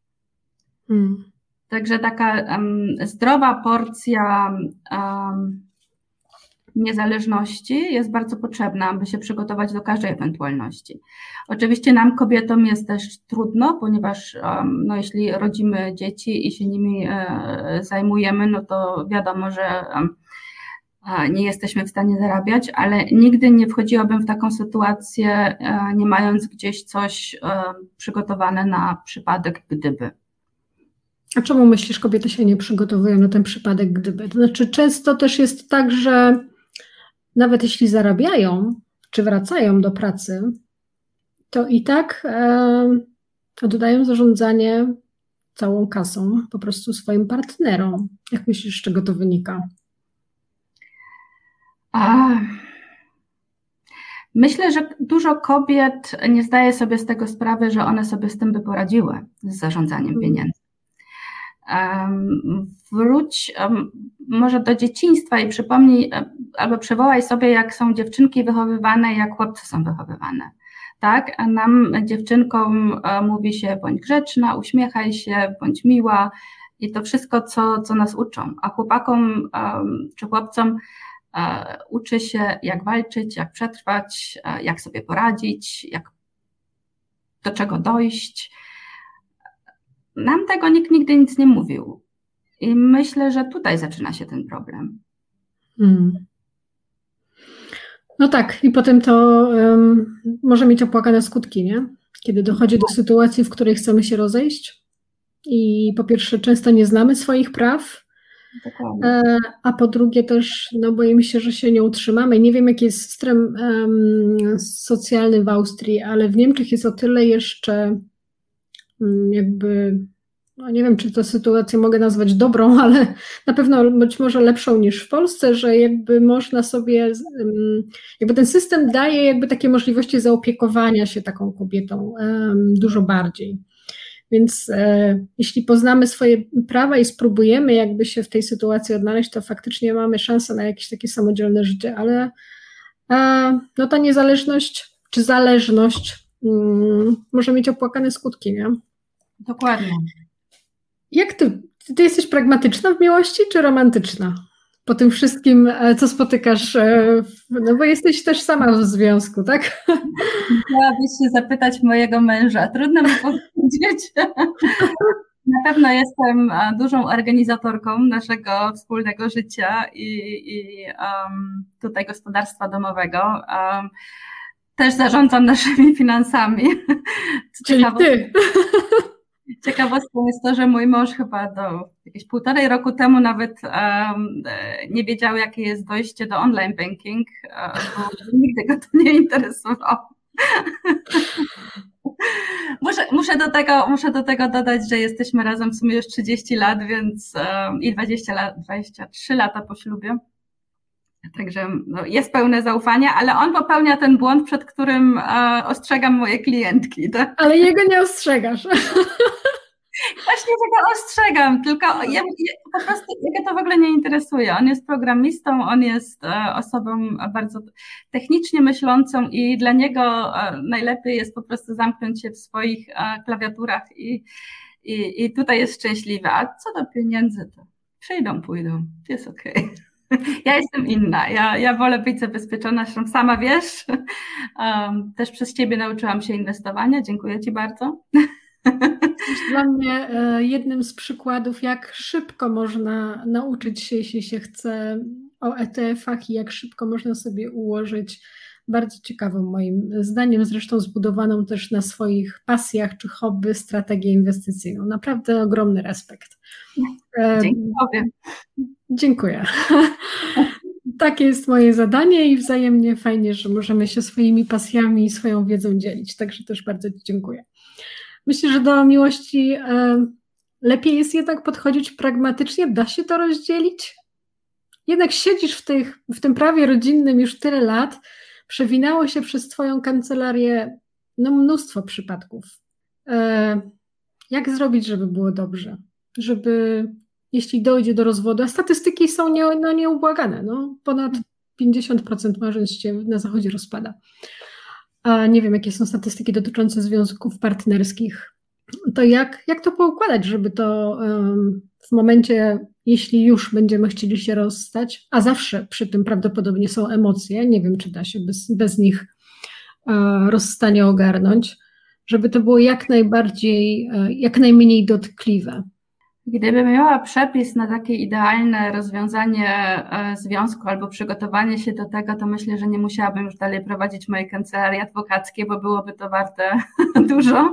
Także taka zdrowa porcja niezależności jest bardzo potrzebna, aby się przygotować do każdej ewentualności. Oczywiście nam, kobietom, jest też trudno, ponieważ no, jeśli rodzimy dzieci i się nimi zajmujemy, no to wiadomo, że nie jesteśmy w stanie zarabiać, ale nigdy nie wchodziłabym w taką sytuację, nie mając gdzieś coś przygotowane na przypadek gdyby. A czemu myślisz, kobiety się nie przygotowują na ten przypadek gdyby? To znaczy często też jest tak, że nawet jeśli zarabiają, czy wracają do pracy, to i tak oddają zarządzanie całą kasą po prostu swoim partnerom. Jak myślisz, z czego to wynika? Myślę, że dużo kobiet nie zdaje sobie z tego sprawy, że one sobie z tym by poradziły, z zarządzaniem pieniędzy. Wróć może do dzieciństwa i przypomnij, albo przywołaj sobie, jak są dziewczynki wychowywane, jak chłopcy są wychowywane. Tak? A nam, dziewczynkom, mówi się bądź grzeczna, uśmiechaj się, bądź miła i to wszystko, co nas uczą. A chłopakom czy chłopcom uczy się, jak walczyć, jak przetrwać, jak sobie poradzić, jak do czego dojść. Nam tego nikt nigdy nic nie mówił. I myślę, że tutaj zaczyna się ten problem. No tak, i potem to może mieć opłakane skutki, nie? Kiedy dochodzi do sytuacji, w której chcemy się rozejść i po pierwsze często nie znamy swoich praw, a po drugie też boimy się, że się nie utrzymamy. Nie wiem, jaki jest system socjalny w Austrii, ale w Niemczech jest o tyle jeszcze jakby, nie wiem, czy tę sytuację mogę nazwać dobrą, ale na pewno być może lepszą niż w Polsce, że jakby można sobie, jakby ten system daje jakby takie możliwości zaopiekowania się taką kobietą dużo bardziej. Więc jeśli poznamy swoje prawa i spróbujemy jakby się w tej sytuacji odnaleźć, to faktycznie mamy szansę na jakieś takie samodzielne życie, ale no ta niezależność czy zależność może mieć opłakane skutki, nie? Dokładnie. Jak ty jesteś pragmatyczna w miłości czy romantyczna? Po tym wszystkim, co spotykasz, no bo jesteś też sama w związku, tak? Chciałabyś się zapytać mojego męża. Trudno mi powiedzieć. Na pewno jestem dużą organizatorką naszego wspólnego życia i tutaj gospodarstwa domowego. Też zarządzam naszymi finansami. Czyli ty. Ciekawostką jest to, że mój mąż chyba do jakieś 1,5 roku temu nawet nie wiedział, jakie jest dojście do online banking, bo nigdy go to nie interesowało. Muszę do tego dodać, że jesteśmy razem w sumie już 30 lat, więc i 23 lata po ślubie. Także jest pełne zaufania, ale on popełnia ten błąd, przed którym ostrzegam moje klientki. Tak? Ale jego nie ostrzegasz. Właśnie tego ostrzegam, tylko po prostu jego to w ogóle nie interesuje. On jest programistą, on jest osobą bardzo technicznie myślącą i dla niego najlepiej jest po prostu zamknąć się w swoich klawiaturach i tutaj jest szczęśliwy. A co do pieniędzy, to przyjdą, pójdą, jest okej. Ja jestem inna, ja wolę być zabezpieczona, zresztą sama wiesz. Też przez ciebie nauczyłam się inwestowania, dziękuję ci bardzo. Dla mnie jednym z przykładów, jak szybko można nauczyć się, jeśli się chce, o ETF-ach i jak szybko można sobie ułożyć bardzo ciekawą moim zdaniem, zresztą zbudowaną też na swoich pasjach czy hobby strategię inwestycyjną. Naprawdę ogromny respekt. Dziękuję. Dziękuję. Takie jest moje zadanie i wzajemnie fajnie, że możemy się swoimi pasjami i swoją wiedzą dzielić. Także też bardzo ci dziękuję. Myślę, że do miłości lepiej jest jednak podchodzić pragmatycznie. Da się to rozdzielić? Jednak siedzisz w tym prawie rodzinnym już tyle lat, przewinało się przez twoją kancelarię mnóstwo przypadków. Jak zrobić, żeby było dobrze? Żeby, jeśli dojdzie do rozwodu, a statystyki są nieubłagane, ponad 50% małżeństw się na zachodzie rozpada. A nie wiem, jakie są statystyki dotyczące związków partnerskich, to jak to poukładać, żeby to w momencie, jeśli już będziemy chcieli się rozstać, a zawsze przy tym prawdopodobnie są emocje, nie wiem, czy da się bez nich rozstanie ogarnąć, żeby to było jak najbardziej, jak najmniej dotkliwe. Gdybym miała przepis na takie idealne rozwiązanie związku albo przygotowanie się do tego, to myślę, że nie musiałabym już dalej prowadzić mojej kancelarii adwokackiej, bo byłoby to warte dużo.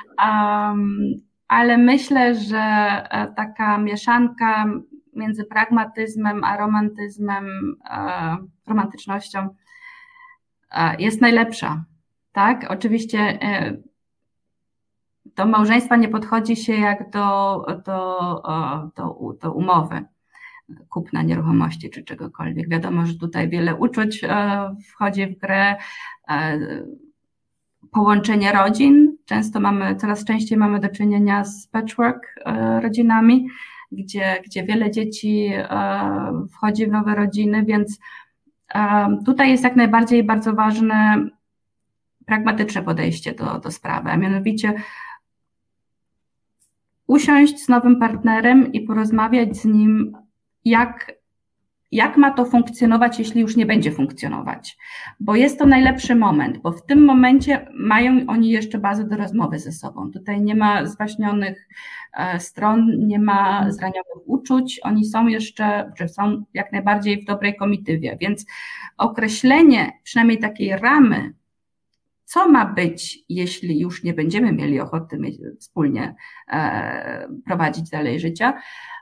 Ale myślę, że taka mieszanka między pragmatyzmem a romantycznością jest najlepsza. Tak? Oczywiście do małżeństwa nie podchodzi się jak do umowy kupna nieruchomości czy czegokolwiek. Wiadomo, że tutaj wiele uczuć wchodzi w grę, połączenie rodzin. Coraz częściej mamy do czynienia z patchwork rodzinami, gdzie wiele dzieci wchodzi w nowe rodziny, więc tutaj jest jak najbardziej bardzo ważne pragmatyczne podejście do sprawy, a mianowicie usiąść z nowym partnerem i porozmawiać z nim, jak ma to funkcjonować, jeśli już nie będzie funkcjonować. Bo jest to najlepszy moment, bo w tym momencie mają oni jeszcze bazę do rozmowy ze sobą. Tutaj nie ma zwaśnionych stron, nie ma zranionych uczuć, oni są jak najbardziej w dobrej komitywie, więc określenie przynajmniej takiej ramy, co ma być, jeśli już nie będziemy mieli ochoty wspólnie prowadzić dalej życia,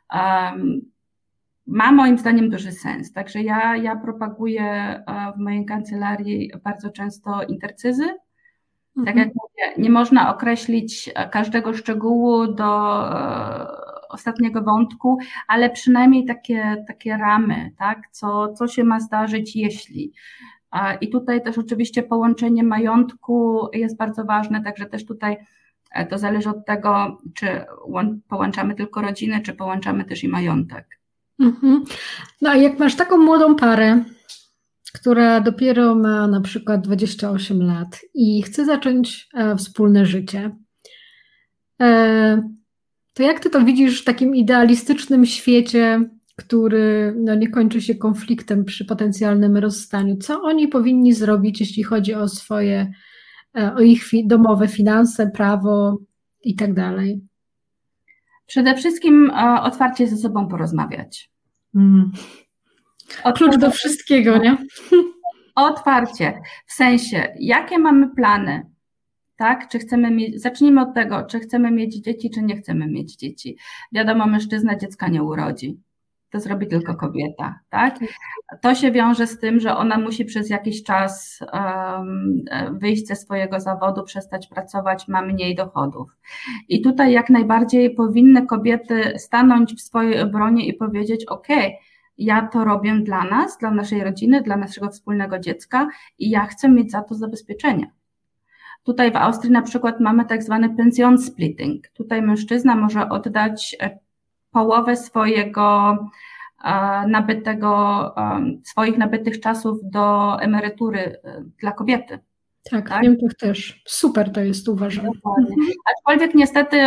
ma moim zdaniem duży sens. Także ja propaguję w mojej kancelarii bardzo często intercyzy. Tak jak mówię, nie można określić każdego szczegółu do ostatniego wątku, ale przynajmniej takie ramy, tak? Co się ma zdarzyć, jeśli. I tutaj też oczywiście połączenie majątku jest bardzo ważne, także też tutaj to zależy od tego, czy połączamy tylko rodzinę, czy połączamy też i majątek. No a jak masz taką młodą parę, która dopiero ma na przykład 28 lat i chce zacząć wspólne życie, to jak ty to widzisz w takim idealistycznym świecie, który nie kończy się konfliktem przy potencjalnym rozstaniu? Co oni powinni zrobić, jeśli chodzi o ich domowe finanse, prawo i tak dalej? Przede wszystkim otwarcie ze sobą porozmawiać. Klucz do wszystkiego, nie? Otwarcie, w sensie, jakie mamy plany, tak? Zacznijmy od tego, czy chcemy mieć dzieci, czy nie chcemy mieć dzieci. Wiadomo, mężczyzna dziecka nie urodzi. To zrobi tylko kobieta, tak? To się wiąże z tym, że ona musi przez jakiś czas wyjść ze swojego zawodu, przestać pracować, ma mniej dochodów. I tutaj jak najbardziej powinny kobiety stanąć w swojej obronie i powiedzieć: OK, ja to robię dla nas, dla naszej rodziny, dla naszego wspólnego dziecka i ja chcę mieć za to zabezpieczenie. Tutaj w Austrii na przykład mamy tak zwany pensionssplitting. Tutaj mężczyzna może oddać połowę swoich nabytych czasów do emerytury dla kobiety. Tak, w Niemczech też. Super to jest, uważam. Aczkolwiek niestety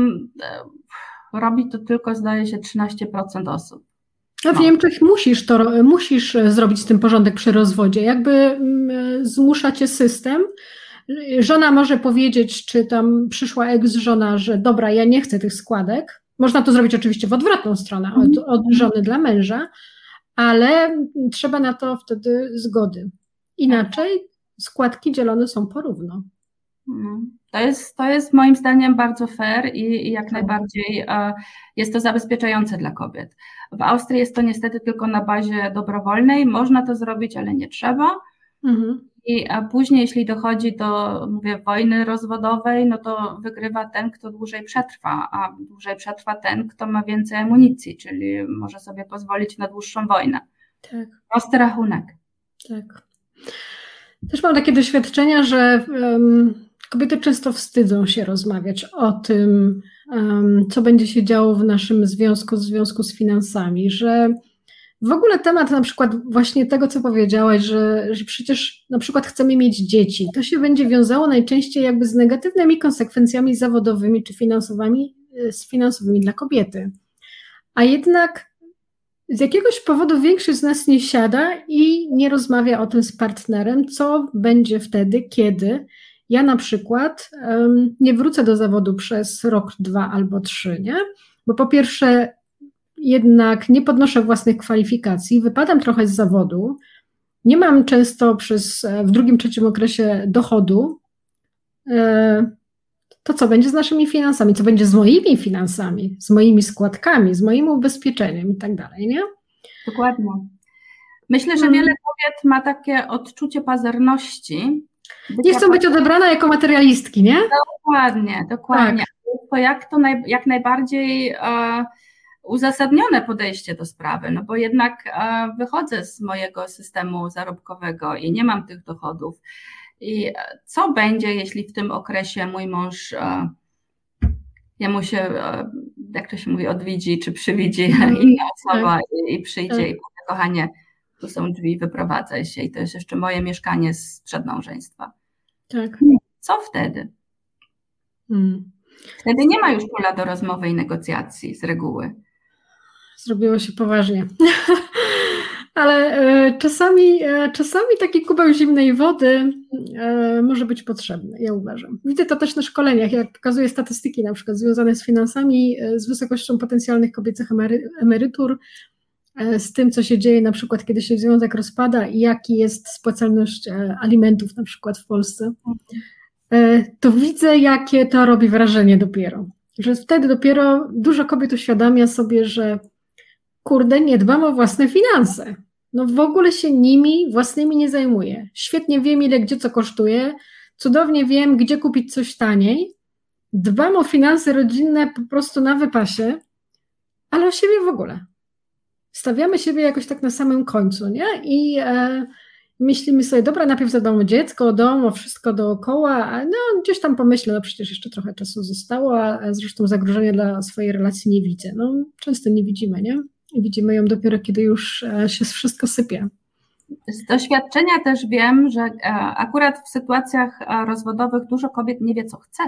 robi to tylko, zdaje się, 13% osób. A w Niemczech musisz zrobić z tym porządek przy rozwodzie. Jakby zmusza cię system. Żona może powiedzieć, czy tam przyszła ex-żona, że dobra, ja nie chcę tych składek. Można to zrobić oczywiście w odwrotną stronę, od żony dla męża, ale trzeba na to wtedy zgody. Inaczej składki dzielone są porówno. To jest moim zdaniem bardzo fair i jak najbardziej jest to zabezpieczające dla kobiet. W Austrii jest to niestety tylko na bazie dobrowolnej. Można to zrobić, ale nie trzeba. I później, jeśli dochodzi do, wojny rozwodowej, no to wygrywa ten, kto dłużej przetrwa, a dłużej przetrwa ten, kto ma więcej amunicji, czyli może sobie pozwolić na dłuższą wojnę. Tak. Prosty rachunek. Tak. Też mam takie doświadczenia, że kobiety często wstydzą się rozmawiać o tym, co będzie się działo w naszym związku z finansami, że w ogóle temat na przykład właśnie tego, co powiedziałaś, że przecież na przykład chcemy mieć dzieci, to się będzie wiązało najczęściej jakby z negatywnymi konsekwencjami zawodowymi czy finansowymi dla kobiety. a jednak z jakiegoś powodu większość z nas nie siada i nie rozmawia o tym z partnerem, co będzie wtedy, kiedy ja na przykład nie wrócę do zawodu przez rok, 2 albo 3, nie? Bo po pierwsze jednak nie podnoszę własnych kwalifikacji, wypadam trochę z zawodu, nie mam często w drugim, trzecim okresie dochodu. To co będzie z naszymi finansami? Co będzie z moimi finansami, z moimi składkami, z moim ubezpieczeniem i tak dalej, nie? Dokładnie. Myślę, że wiele kobiet ma takie odczucie pazerności. Nie chcą być odebrane jako materialistki, nie? Dokładnie. Tak. To jak najbardziej uzasadnione podejście do sprawy, no bo jednak wychodzę z mojego systemu zarobkowego i nie mam tych dochodów. I co będzie, jeśli w tym okresie mój mąż, jemu się, jak to się mówi, odwiedzi czy przywidzi inna osoba i przyjdzie i powie, kochanie, tu są drzwi, wyprowadzaj się i to jest jeszcze moje mieszkanie sprzed małżeństwa. Tak. Co wtedy? Wtedy nie ma już pola do rozmowy i negocjacji z reguły. Zrobiło się poważnie. Ale czasami taki kubeł zimnej wody może być potrzebny, ja uważam. Widzę to też na szkoleniach, jak pokazuję statystyki na przykład związane z finansami, z wysokością potencjalnych kobiecych emerytur, z tym, co się dzieje na przykład, kiedy się związek rozpada i jaki jest spłacalność alimentów na przykład w Polsce, to widzę, jakie to robi wrażenie dopiero. Że wtedy dopiero dużo kobiet uświadamia sobie, że kurde, nie dbam o własne finanse. No w ogóle się nimi własnymi nie zajmuję. Świetnie wiem, ile gdzie co kosztuje, cudownie wiem, gdzie kupić coś taniej. Dbam o finanse rodzinne po prostu na wypasie, ale o siebie w ogóle. Stawiamy siebie jakoś tak na samym końcu, nie? I myślimy sobie, dobra, najpierw zadbam o dziecko, o dom, o wszystko dookoła, a no gdzieś tam pomyślę, no przecież jeszcze trochę czasu zostało, a zresztą zagrożenia dla swojej relacji nie widzę. No często nie widzimy, nie? I widzimy ją dopiero, kiedy już się wszystko sypie. Z doświadczenia też wiem, że akurat w sytuacjach rozwodowych dużo kobiet nie wie, co chce.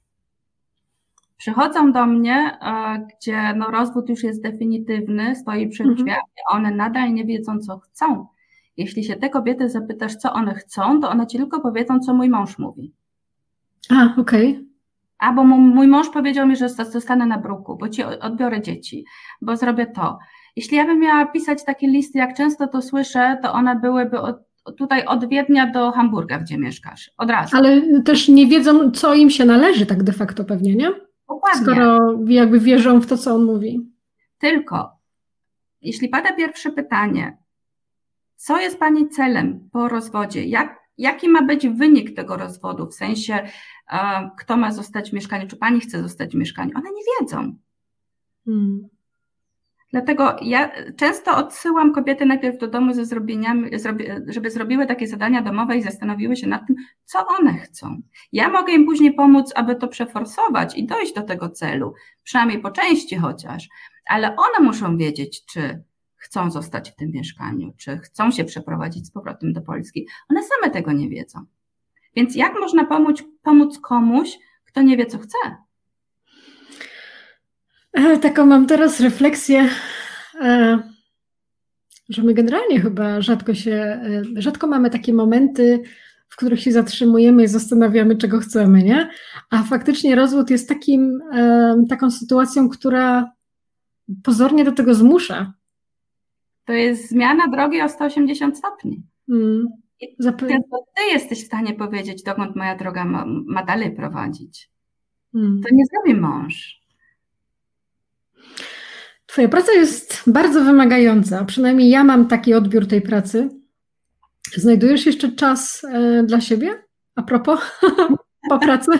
Przychodzą do mnie, gdzie no, rozwód już jest definitywny, stoi przed drzwiami, one nadal nie wiedzą, co chcą. Jeśli się te kobiety zapytasz, co one chcą, to one ci tylko powiedzą, co mój mąż mówi. Okej. A bo mój mąż powiedział mi, że zostanę na bruku, bo ci odbiorę dzieci, bo zrobię to. Jeśli ja bym miała pisać takie listy, jak często to słyszę, to one byłyby tutaj od Wiednia do Hamburga, gdzie mieszkasz, od razu. Ale też nie wiedzą, co im się należy tak de facto pewnie, nie? Dokładnie. Skoro jakby wierzą w to, co on mówi. Tylko, jeśli pada pierwsze pytanie, co jest Pani celem po rozwodzie? Jaki ma być wynik tego rozwodu? W sensie, kto ma zostać w mieszkaniu? Czy Pani chce zostać w mieszkaniu? One nie wiedzą. Dlatego ja często odsyłam kobiety najpierw do domu ze zrobieniami, żeby zrobiły takie zadania domowe i zastanowiły się nad tym, co one chcą. Ja mogę im później pomóc, aby to przeforsować i dojść do tego celu, przynajmniej po części chociaż, ale one muszą wiedzieć, czy chcą zostać w tym mieszkaniu, czy chcą się przeprowadzić z powrotem do Polski. One same tego nie wiedzą. Więc jak można pomóc komuś, kto nie wie, co chce? Taką mam teraz refleksję, że my generalnie chyba rzadko mamy takie momenty, w których się zatrzymujemy i zastanawiamy, czego chcemy, nie? A faktycznie rozwód jest taką sytuacją, która pozornie do tego zmusza. To jest zmiana drogi o 180 stopni. I tylko ty jesteś w stanie powiedzieć, dokąd moja droga ma dalej prowadzić. To nie zrobi mąż. Twoja praca jest bardzo wymagająca, przynajmniej ja mam taki odbiór tej pracy. Znajdujesz jeszcze czas dla siebie? A propos, po pracy?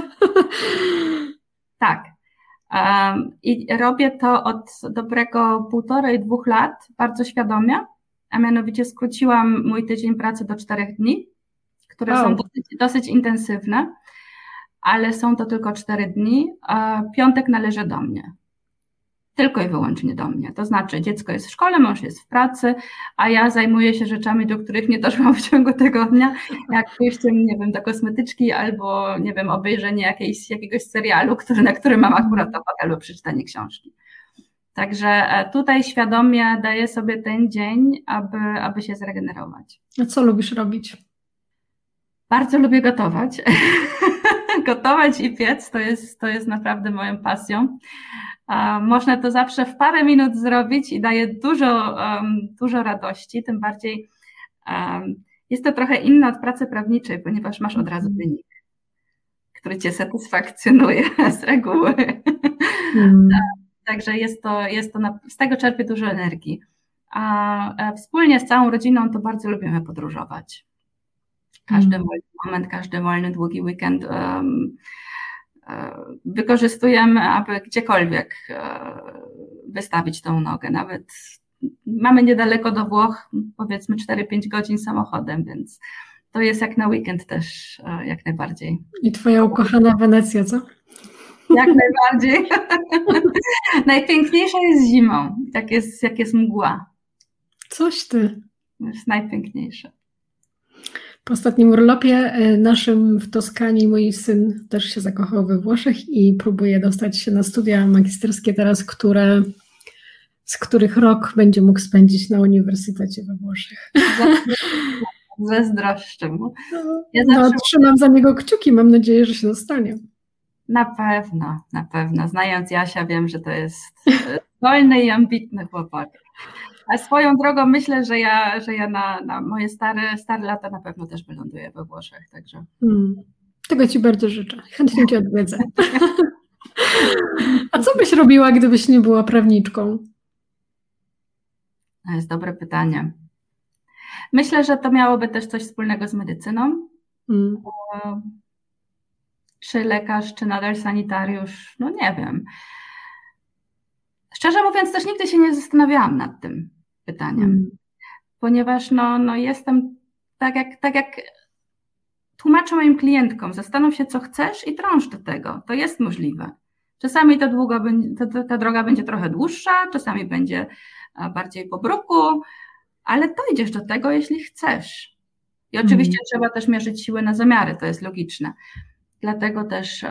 Tak. I robię to od dobrego 1,5–2 lat, bardzo świadomie, a mianowicie skróciłam mój tydzień pracy do 4 dni, które są dosyć intensywne, ale są to tylko 4 dni. Piątek należy do mnie. Tylko i wyłącznie do mnie. To znaczy dziecko jest w szkole, mąż jest w pracy, a ja zajmuję się rzeczami, do których nie doszłam w ciągu tygodnia, jak pójście, nie wiem, do kosmetyczki albo, nie wiem, obejrzenie jakiegoś serialu, na który mam akurat ochotę, albo przeczytanie książki. Także tutaj świadomie daję sobie ten dzień, aby się zregenerować. A co lubisz robić? Bardzo lubię gotować. Gotować i piec to jest naprawdę moją pasją. Można to zawsze w parę minut zrobić i daje dużo radości, tym bardziej jest to trochę inne od pracy prawniczej, ponieważ masz od razu wynik, który cię satysfakcjonuje z reguły. Także z tego czerpię dużo energii. A wspólnie z całą rodziną to bardzo lubimy podróżować. Każdy wolny moment, każdy wolny, długi weekend wykorzystujemy, aby gdziekolwiek wystawić tą nogę. Nawet mamy niedaleko do Włoch, powiedzmy 4-5 godzin samochodem, więc to jest jak na weekend też jak najbardziej. I twoja ukochana Wenecja, co? Jak najbardziej. Najpiękniejsza jest zimą, jak jest mgła. Coś ty. Jest najpiękniejsze. Po ostatnim urlopie naszym w Toskanii mój syn też się zakochał we Włoszech i próbuje dostać się na studia magisterskie teraz, z których rok będzie mógł spędzić na uniwersytecie we Włoszech. Zazdroszczę mu. Trzymam za niego kciuki, mam nadzieję, że się dostanie. Na pewno. Znając Jasia, wiem, że to jest zdolny i ambitny chłopak. A swoją drogą myślę, że ja na moje stare lata na pewno też wyląduję we Włoszech. Także. Tego ci bardzo życzę. Chętnie cię odwiedzę. A co byś robiła, gdybyś nie była prawniczką? To jest dobre pytanie. Myślę, że to miałoby też coś wspólnego z medycyną. Czy lekarz, czy nadal sanitariusz, no nie wiem. Szczerze mówiąc, też nigdy się nie zastanawiałam nad tym pytaniem, ponieważ no jestem tak jak tłumaczę moim klientkom, zastanów się, co chcesz i drąż do tego. To jest możliwe. Czasami ta droga będzie trochę dłuższa, czasami będzie bardziej po bruku, ale dojdziesz do tego, jeśli chcesz. I oczywiście trzeba też mierzyć siły na zamiary, to jest logiczne. Dlatego też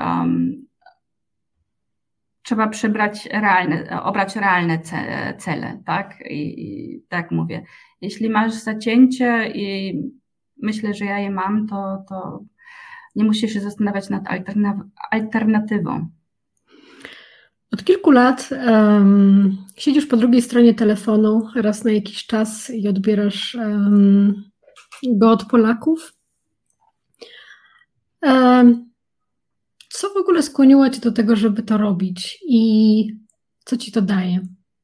trzeba obrać realne cele, tak? I tak mówię. Jeśli masz zacięcie i myślę, że ja je mam, to nie musisz się zastanawiać nad alternatywą. Od kilku lat siedzisz po drugiej stronie telefonu raz na jakiś czas i odbierasz go od Polaków. Co w ogóle skłoniło cię do tego, żeby to robić i co ci to daje?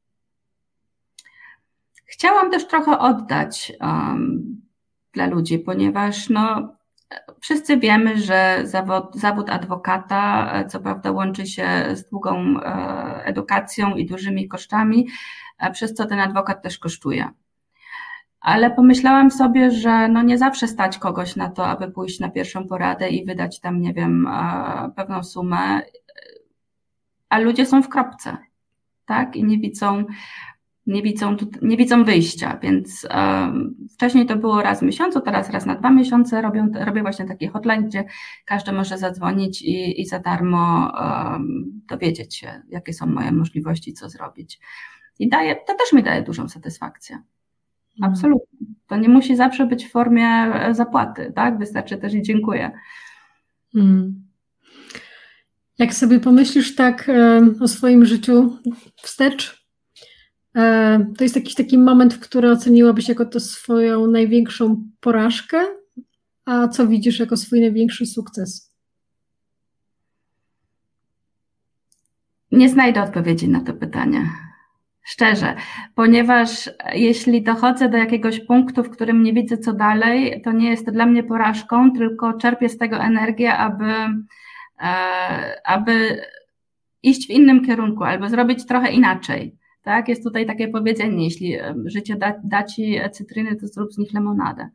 Chciałam też trochę oddać dla ludzi, ponieważ wszyscy wiemy, że zawód adwokata co prawda łączy się z długą edukacją i dużymi kosztami, przez co ten adwokat też kosztuje. Ale pomyślałam sobie, że nie zawsze stać kogoś na to, aby pójść na pierwszą poradę i wydać tam, nie wiem, pewną sumę, a ludzie są w kropce, tak? I nie widzą wyjścia, więc wcześniej to było raz w miesiącu, teraz raz na 2 miesiące robię właśnie taki hotline, gdzie każdy może zadzwonić i za darmo dowiedzieć się, jakie są moje możliwości, co zrobić. I to też mi daje dużą satysfakcję. Absolutnie. To nie musi zawsze być w formie zapłaty, tak? Wystarczy też i dziękuję. Jak sobie pomyślisz tak o swoim życiu wstecz, to jest jakiś taki moment, w który oceniłabyś jako to swoją największą porażkę, a co widzisz jako swój największy sukces? Nie znajdę odpowiedzi na to pytanie. Szczerze, ponieważ jeśli dochodzę do jakiegoś punktu, w którym nie widzę co dalej, to nie jest to dla mnie porażką, tylko czerpię z tego energię, aby iść w innym kierunku albo zrobić trochę inaczej. Tak? Jest tutaj takie powiedzenie, jeśli życie da ci cytryny, to zrób z nich lemonadę.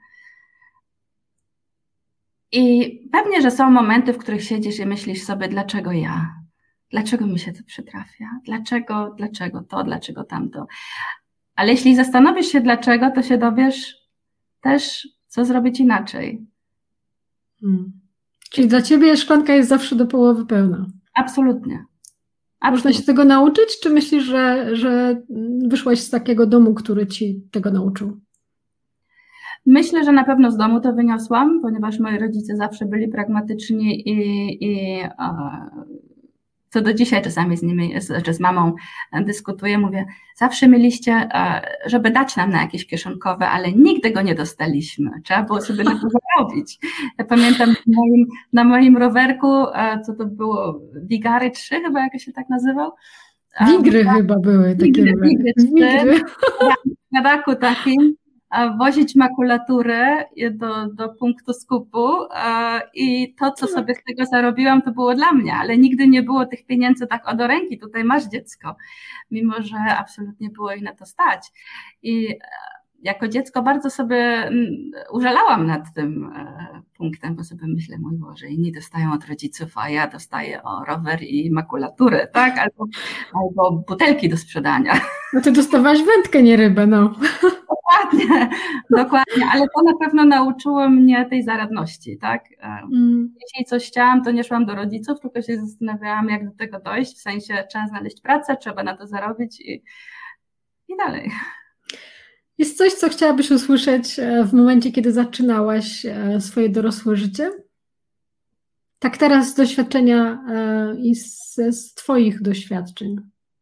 I pewnie, że są momenty, w których siedzisz i myślisz sobie, dlaczego ja? Dlaczego mi się to przytrafia? Dlaczego to, dlaczego tamto? Ale jeśli zastanowisz się dlaczego, to się dowiesz też, co zrobić inaczej. Czyli dla ciebie szklanka jest zawsze do połowy pełna. Absolutnie. Można się tego nauczyć, czy myślisz, że wyszłaś z takiego domu, który ci tego nauczył? Myślę, że na pewno z domu to wyniosłam, ponieważ moi rodzice zawsze byli pragmatyczni i co do dzisiaj czasami z nimi, czy z mamą dyskutuję, mówię, zawsze mieliście, żeby dać nam na jakieś kieszonkowe, ale nigdy go nie dostaliśmy. Trzeba było sobie na to zarobić. Ja pamiętam na moim rowerku, co to było, Wigary 3 chyba, jak się tak nazywał? Wigry chyba były takie rowery. Wigry. Na daku takim. Wozić makulaturę do punktu skupu i to, co sobie z tego zarobiłam, to było dla mnie, ale nigdy nie było tych pieniędzy tak do ręki, tutaj masz dziecko, mimo że absolutnie było ich na to stać. I jako dziecko bardzo sobie użalałam nad tym punktem, bo sobie myślę, mój Boże, inni dostają od rodziców, a ja dostaję rower i makulaturę, tak? Albo butelki do sprzedania. No ty dostawałaś wędkę, nie rybę, no. Dokładnie, ale to na pewno nauczyło mnie tej zaradności, tak? Jeśli coś chciałam, to nie szłam do rodziców, tylko się zastanawiałam, jak do tego dojść, w sensie trzeba znaleźć pracę, trzeba na to zarobić i dalej. Jest coś, co chciałabyś usłyszeć w momencie, kiedy zaczynałaś swoje dorosłe życie? Tak teraz z doświadczenia i z twoich doświadczeń.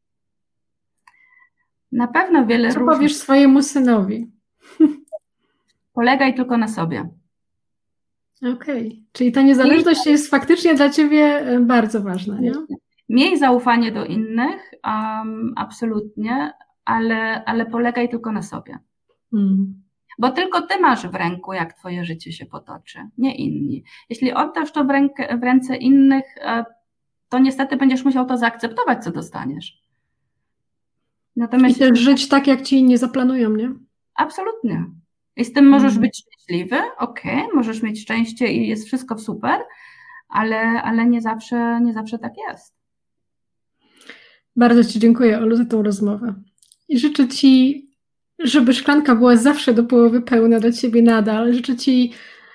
Na pewno wiele Co powiesz swojemu synowi? Polegaj tylko na sobie. Okej. Czyli ta niezależność jest faktycznie dla ciebie bardzo ważna, nie? Miej zaufanie do innych, absolutnie, ale polegaj tylko na sobie. Bo tylko ty masz w ręku, jak twoje życie się potoczy, nie inni. Jeśli oddasz to w ręce innych, to niestety będziesz musiał to zaakceptować, co dostaniesz. Natomiast i też żyć tak, jak ci inni zaplanują, nie? Absolutnie. I z tym możesz być szczęśliwy, okej, możesz mieć szczęście i jest wszystko super, ale nie zawsze tak jest. Bardzo ci dziękuję, Olu, za tą rozmowę. I życzę ci, żeby szklanka była zawsze do połowy pełna dla ciebie nadal. Życzę ci,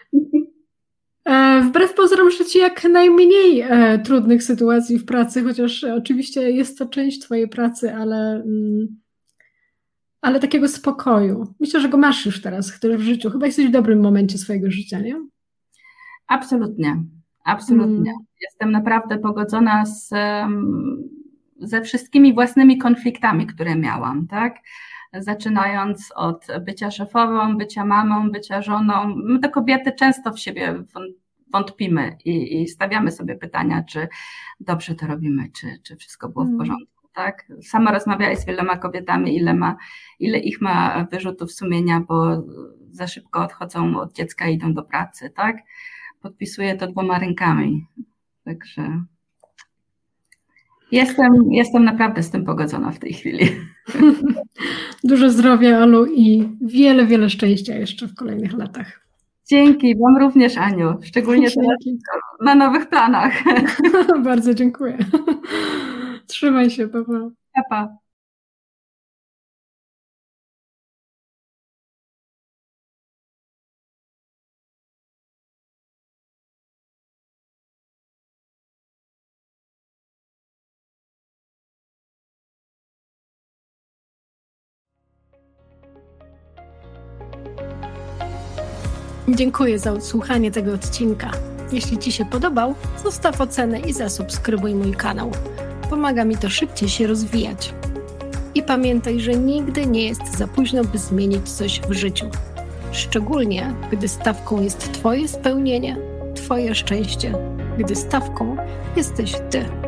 wbrew pozorom, życzę ci jak najmniej trudnych sytuacji w pracy, chociaż oczywiście jest to część twojej pracy, ale takiego spokoju. Myślę, że go masz już teraz w życiu. Chyba jesteś w dobrym momencie swojego życia, nie? Absolutnie. Absolutnie. Jestem naprawdę pogodzona ze wszystkimi własnymi konfliktami, które miałam, tak? Zaczynając od bycia szefową, bycia mamą, bycia żoną. My te kobiety często w siebie wątpimy i stawiamy sobie pytania, czy dobrze to robimy, czy wszystko było w porządku. Tak? Sama rozmawiałam z wieloma kobietami, ile ich ma wyrzutów sumienia, bo za szybko odchodzą od dziecka i idą do pracy, tak? Podpisuję to 2 rękami. Także jestem naprawdę z tym pogodzona w tej chwili. Dużo zdrowia, Olu, i wiele, wiele szczęścia jeszcze w kolejnych latach. Dzięki, wam również, Aniu, szczególnie teraz na nowych planach. Bardzo dziękuję. Trzymaj się, pa. Pa. Dziękuję za odsłuchanie tego odcinka. Jeśli ci się podobał, zostaw ocenę i zasubskrybuj mój kanał. Pomaga mi to szybciej się rozwijać. I pamiętaj, że nigdy nie jest za późno, by zmienić coś w życiu. Szczególnie, gdy stawką jest twoje spełnienie, twoje szczęście, gdy stawką jesteś ty.